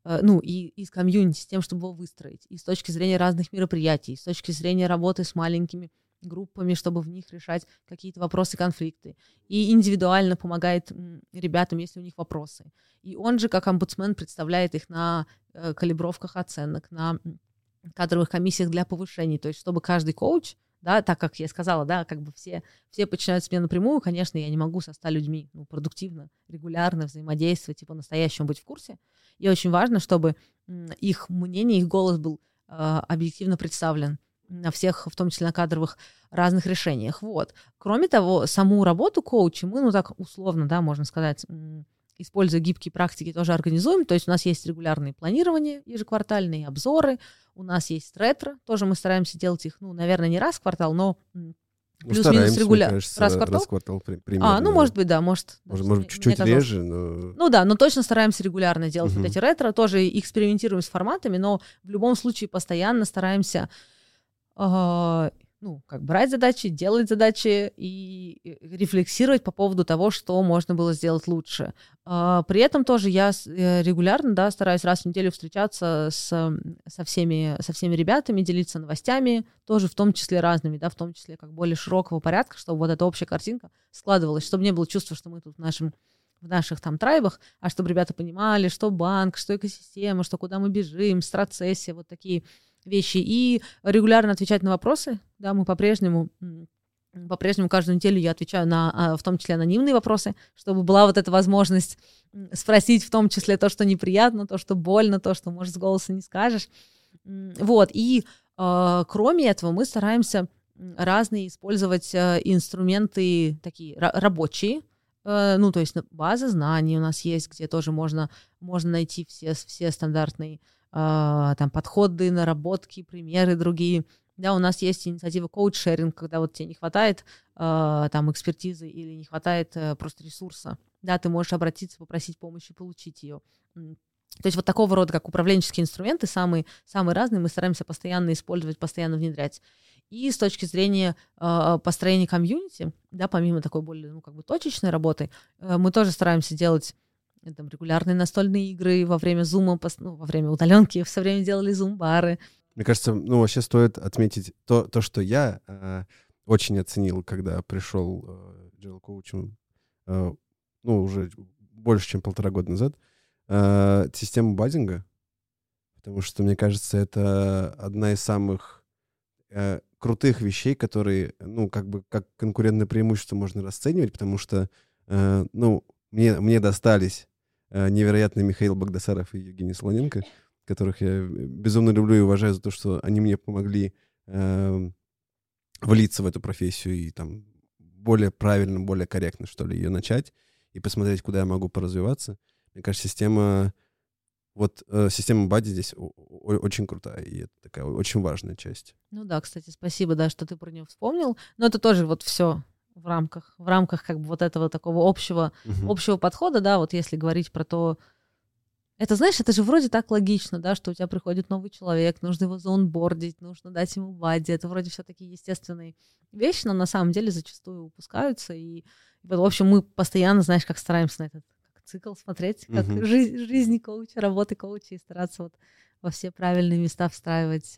и из комьюнити, с тем, чтобы его выстроить, и с точки зрения разных мероприятий, и с точки зрения работы с маленькими группами, чтобы в них решать какие-то вопросы, конфликты. И индивидуально помогает ребятам, если у них вопросы. И он же, как омбудсмен, представляет их на калибровках оценок, на кадровых комиссиях для повышений. То есть, чтобы каждый коуч, да, так как я сказала, да, как бы все подчиняются мне напрямую, конечно, я не могу со 100 людьми продуктивно, регулярно взаимодействовать и по-настоящему быть в курсе. И очень важно, чтобы их мнение, их голос был объективно представлен на всех, в том числе на кадровых разных решениях. Вот. Кроме того, саму работу коуча мы, так условно, да, можно сказать, используя гибкие практики, тоже организуем. То есть у нас есть регулярные планирования, ежеквартальные обзоры, у нас есть ретро, тоже мы стараемся делать их, наверное, не раз в квартал, но плюс-минус регулярно. Раз в квартал примерно. Может быть, да, может быть, чуть-чуть реже, но... но точно стараемся регулярно делать вот эти ретро, тоже экспериментируем с форматами, но в любом случае постоянно стараемся брать задачи, делать задачи и рефлексировать по поводу того, что можно было сделать лучше. При этом тоже я регулярно, да, стараюсь раз в неделю встречаться со всеми ребятами, делиться новостями, тоже в том числе разными, да, в том числе как более широкого порядка, чтобы вот эта общая картинка складывалась, чтобы не было чувства, что мы тут в наших там трайбах, а чтобы ребята понимали, что банк, что экосистема, что куда мы бежим, страцессия, вот такие вещи, и регулярно отвечать на вопросы. Да, мы по-прежнему каждую неделю я отвечаю на, в том числе, анонимные вопросы, чтобы была вот эта возможность спросить в том числе то, что неприятно, то, что больно, то, что, может, с голоса не скажешь. Вот, и кроме этого мы стараемся разные использовать инструменты такие рабочие, то есть база знаний у нас есть, где тоже можно найти все стандартные там подходы, наработки, примеры другие. Да, у нас есть инициатива коуч-шеринг, когда вот тебе не хватает там экспертизы или не хватает просто ресурса. Да, ты можешь обратиться, попросить помощи, получить ее. То есть вот такого рода, как управленческие инструменты, самые разные, мы стараемся постоянно использовать, постоянно внедрять. И с точки зрения построения комьюнити, да, помимо такой более, точечной работы, мы тоже стараемся делать там регулярные настольные игры во время зума, во время удаленки, все время делали зум-бары. Мне кажется, вообще стоит отметить то, что я очень оценил, когда пришел Agile коучем, уже больше, чем 1,5 года назад, систему баддинга, потому что, мне кажется, это одна из самых крутых вещей, которые, как конкурентное преимущество можно расценивать, потому что, мне достались невероятные Михаил Багдасаров и Евгений Солоненко, которых я безумно люблю и уважаю за то, что они мне помогли влиться в эту профессию и там более правильно, более корректно, что ли, ее начать и посмотреть, куда я могу поразвиваться. Мне кажется, система Бадди здесь очень крутая, и это такая очень важная часть. Да, кстати, спасибо, да, что ты про нее вспомнил. Но это тоже вот все в рамках как бы вот этого такого общего подхода, да, вот если говорить про то, это, знаешь, это же вроде так логично, да, что у тебя приходит новый человек, нужно его заонбордить, нужно дать ему бадди, это вроде все такие естественные вещи, но на самом деле зачастую упускаются, и в общем мы постоянно, знаешь, как стараемся на этот цикл смотреть, как жизнь коуча, работы коуча, и стараться вот во все правильные места встраивать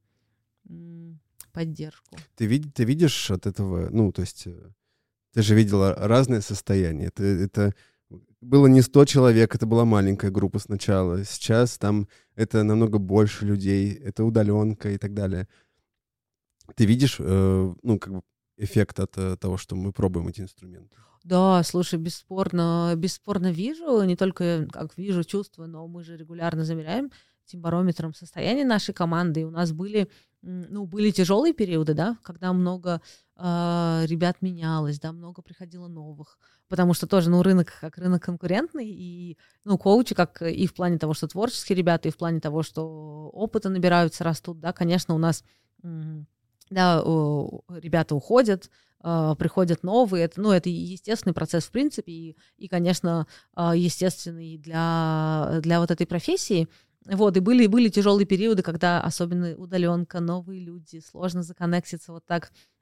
поддержку. Ты видишь от этого, то есть ты же видела разные состояния. Это было не 100 человек, это была маленькая группа сначала. Сейчас там это намного больше людей, это удаленка и так далее. Ты видишь, эффект от того, что мы пробуем эти инструменты? Да, слушай, бесспорно вижу, не только как вижу, чувствую, но мы же регулярно замеряем тимбарометром состояние нашей команды, и у нас были тяжелые периоды, да, когда много ребят менялось, да, много приходило новых, потому что тоже, рынок как рынок конкурентный, и, коучи, как и в плане того, что творческие ребята, и в плане того, что опыта набираются, растут, да, конечно, у нас, да, ребята уходят, приходят новые, это естественный процесс в принципе, и конечно, естественный для вот этой профессии. Вот, и были тяжелые периоды, когда особенно удаленка, новые люди, сложно законнектиться вот так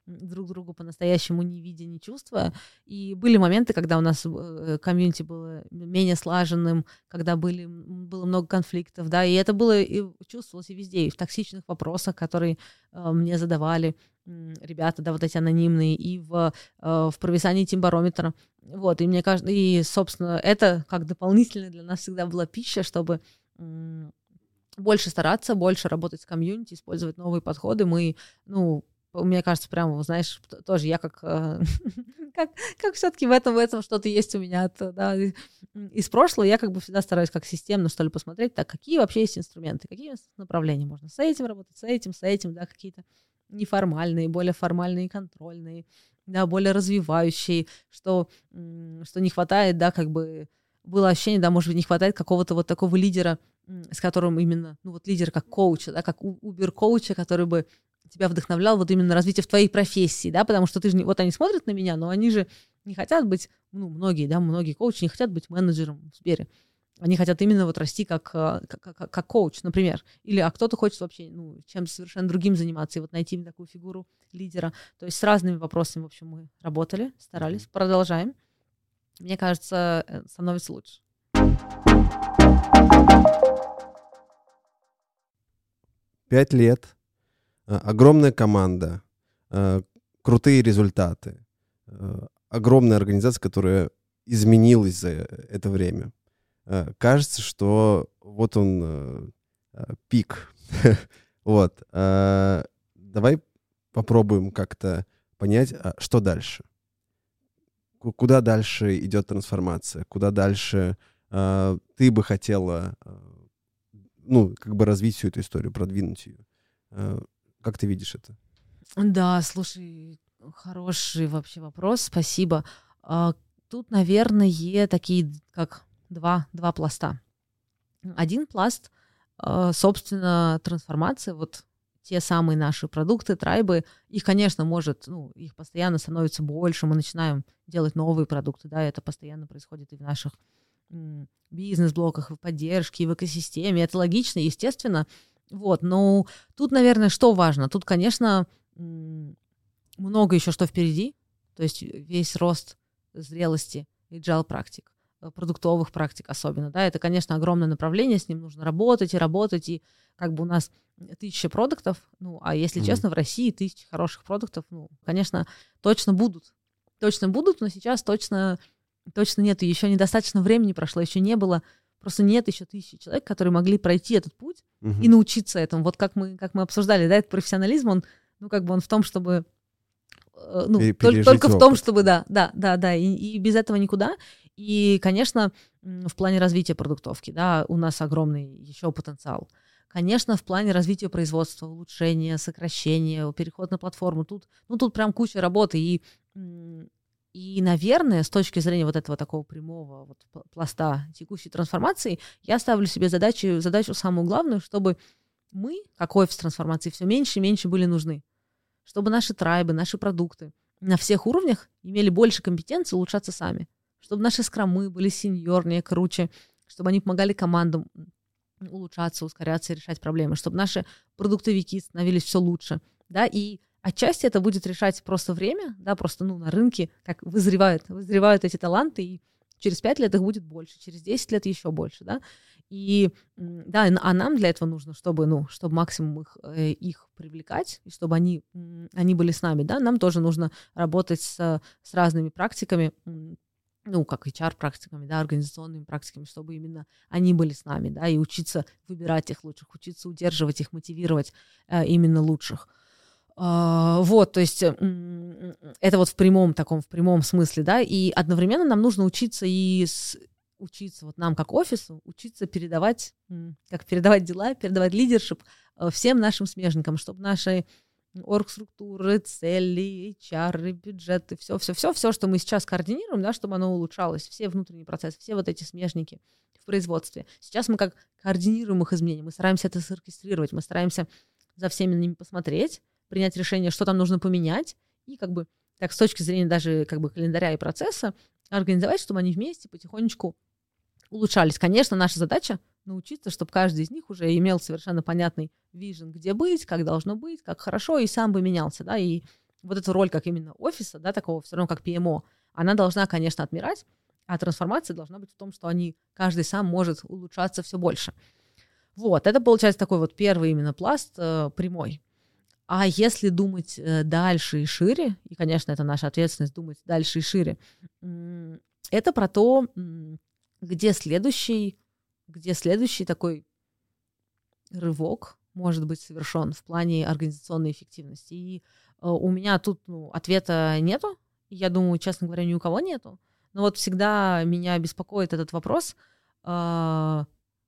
друг другу по-настоящему не видя, не чувствуя. И были моменты, когда у нас комьюнити было менее слаженным, когда было много конфликтов, да, и это было и чувствовалось и везде, и в токсичных вопросах, которые мне задавали ребята, да, вот эти анонимные, и в провисании тимбарометра. Вот, и мне кажется, и, собственно, это как дополнительная для нас всегда была пища, чтобы больше стараться, больше работать с комьюнити, использовать новые подходы. Мы, мне кажется, прямо, знаешь, тоже я как все-таки в этом что-то есть у меня из прошлого. Я как бы всегда стараюсь как системно, что ли, посмотреть, так, какие вообще есть инструменты, какие направления можно с этим работать, с этим, да, какие-то неформальные, более формальные, контрольные, да, более развивающие, что не хватает, да, как бы было ощущение, да, может быть, не хватает какого-то вот такого лидера, с которым именно, лидер как коуча, да, как Uber-коуча, который бы тебя вдохновлял вот именно на развитие в твоей профессии, да, потому что вот они смотрят на меня, но они же не хотят быть, многие коучи не хотят быть менеджером в Сбере. Они хотят именно вот расти как коуч, например. Или кто-то хочет вообще чем-то совершенно другим заниматься и вот найти такую фигуру лидера. То есть с разными вопросами, в общем, мы работали, старались, продолжаем. Мне кажется, становится лучше. 5 лет, огромная команда, крутые результаты, огромная организация, которая изменилась за это время. Кажется, что вот он пик. Вот. Давай попробуем как-то понять, что дальше. Куда дальше идет трансформация? Куда дальше ты бы хотела, развить всю эту историю, продвинуть ее? Как ты видишь это? Да, слушай, хороший вообще вопрос, спасибо. Тут, наверное, такие как два пласта. Один пласт, собственно, трансформация, вот те самые наши продукты, трайбы, их, конечно, их постоянно становится больше, мы начинаем делать новые продукты, да, это постоянно происходит и в наших бизнес-блоках, в поддержке, и в экосистеме, это логично, естественно, вот, но тут, наверное, что важно? Тут, конечно, много еще что впереди, то есть весь рост зрелости agile практик, продуктовых практик особенно, да, это, конечно, огромное направление, с ним нужно работать, и как бы у нас 1000 продуктов, а если честно, в России 1000 хороших продуктов, конечно, точно будут, но сейчас точно нет, еще недостаточно времени прошло, еще не было, просто нет еще 1000 человек, которые могли пройти этот путь и научиться этому, вот как мы обсуждали, да, этот профессионализм, он, он в том, чтобы только в том, чтобы, да, и без этого никуда. И, конечно, в плане развития продуктовки, да, у нас огромный еще потенциал. Конечно, в плане развития производства, улучшения, сокращения, переход на платформу, тут прям куча работы. И, наверное, с точки зрения вот этого такого прямого пласта текущей трансформации, я ставлю себе задачу самую главную, чтобы мы, как офис трансформации, все меньше и меньше были нужны. Чтобы наши трайбы, наши продукты на всех уровнях имели больше компетенций улучшаться сами. Чтобы наши скрамы были сеньорнее, круче, чтобы они помогали командам улучшаться, ускоряться и решать проблемы, чтобы наши продуктовики становились все лучше. Да? И отчасти это будет решать просто время, да, просто на рынке, как вызревают эти таланты, и через 5 лет их будет больше, через 10 лет еще больше, да. И да, а нам для этого нужно, чтобы максимум их привлекать, и чтобы они были с нами, да, нам тоже нужно работать с разными практиками, как HR-практиками, да, организационными практиками, чтобы именно они были с нами, да, и учиться выбирать их лучших, учиться удерживать их, мотивировать именно лучших. Вот, то есть это вот в прямом смысле, да, и одновременно нам нужно учиться вот нам как офису, учиться передавать дела, передавать лидершип всем нашим смежникам, чтобы наши оргструктуры, цели, HR, бюджеты, все, что мы сейчас координируем, да, чтобы оно улучшалось, все внутренние процессы, все вот эти смежники в производстве. Сейчас мы как координируем их изменения, мы стараемся это соркестрировать, мы стараемся за всеми на ними посмотреть, принять решение, что там нужно поменять, и так с точки зрения даже календаря и процесса организовать, чтобы они вместе потихонечку улучшались. Конечно, наша задача научиться, чтобы каждый из них уже имел совершенно понятный вижен, где быть, как должно быть, как хорошо, и сам бы менялся, да, и вот эту роль как именно офиса, да, такого все равно как PMO, она должна, конечно, отмирать, а трансформация должна быть в том, что каждый сам может улучшаться все больше. Вот, это получается такой вот первый именно пласт прямой. А если думать дальше и шире, и, конечно, это наша ответственность думать дальше и шире, это про то, где следующий такой рывок может быть совершен в плане организационной эффективности. И у меня тут ответа нету. Я думаю, честно говоря, ни у кого нету. Но вот всегда меня беспокоит этот вопрос, когда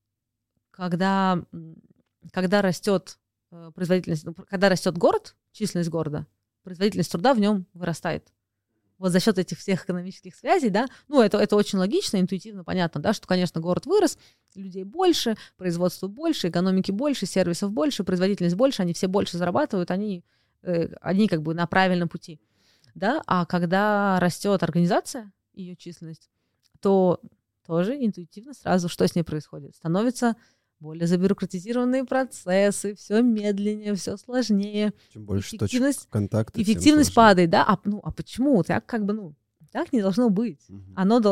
растет производительность, когда растет город, численность города, производительность труда в нем вырастает. Вот за счет этих всех экономических связей, да, это очень логично, интуитивно понятно, да, что, конечно, город вырос, людей больше, производства больше, экономики больше, сервисов больше, производительность больше, они все больше зарабатывают, они как бы на правильном пути, да, а когда растет организация, ее численность, то тоже интуитивно сразу что с ней происходит? Становятся более забюрократизированные процессы, все медленнее, все сложнее. Чем больше точек контакта. Эффективность падает, да? А почему? Так так не должно быть. Оно,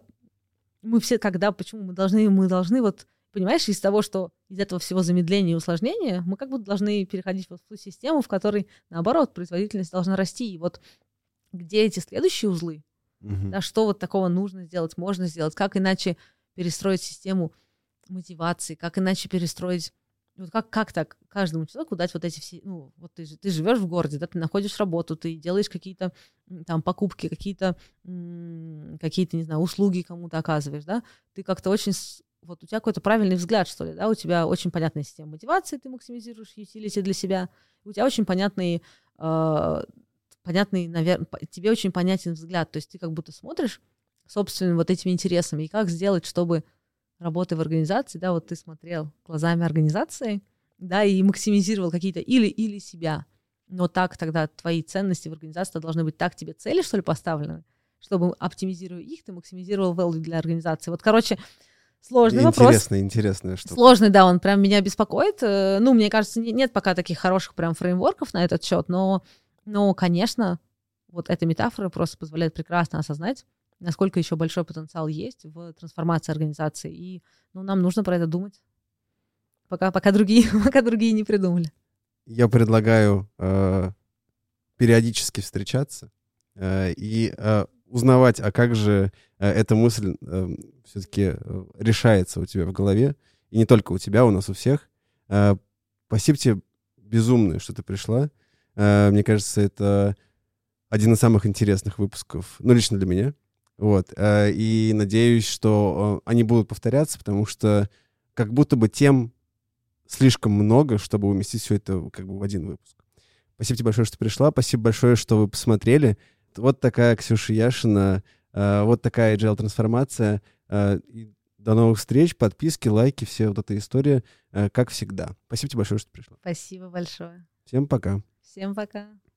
мы все, почему мы должны вот, понимаешь, из того, что из этого всего замедления и усложнения, мы как будто должны переходить в ту систему, в которой, наоборот, производительность должна расти. И вот где эти следующие узлы, да, что вот такого нужно сделать, можно сделать, как иначе перестроить систему мотивации, как иначе перестроить, вот как так каждому человеку дать вот эти все, вот ты живешь в городе, да, ты находишь работу, ты делаешь какие-то там покупки, какие-то, не знаю, услуги кому-то оказываешь, да, ты как-то очень, вот у тебя какой-то правильный взгляд, что ли, да, у тебя очень понятная система мотивации, ты максимизируешь utility для себя, у тебя очень понятный, наверное, тебе очень понятен взгляд, то есть ты как будто смотришь собственными вот этими интересами, и как сделать, чтобы работы в организации, да, вот ты смотрел глазами организации, да, и максимизировал какие-то или себя. Но так тогда твои ценности в организации должны быть так, тебе цели, что ли, поставлены, чтобы, оптимизируя их, ты максимизировал value для организации. Вот, короче, сложный вопрос. Интересная штука. Сложный, да, он прям меня беспокоит. Мне кажется, нет пока таких хороших прям фреймворков на этот счет, но, конечно, вот эта метафора просто позволяет прекрасно осознать, насколько еще большой потенциал есть в трансформации организации. И нам нужно про это думать, пока другие не придумали. Я предлагаю периодически встречаться и узнавать, а как же эта мысль все-таки решается у тебя в голове. И не только у тебя, у нас у всех. Спасибо тебе безумное, что ты пришла. Мне кажется, это один из самых интересных выпусков, лично для меня. Вот. И надеюсь, что они будут повторяться, потому что как будто бы тем слишком много, чтобы уместить все это как бы в один выпуск. Спасибо тебе большое, что пришла. Спасибо большое, что вы посмотрели. Вот такая Ксюша Яшина, вот такая agile-трансформация. До новых встреч, подписки, лайки, все вот эта история, как всегда. Спасибо тебе большое, что пришла. Спасибо большое. Всем пока. Всем пока.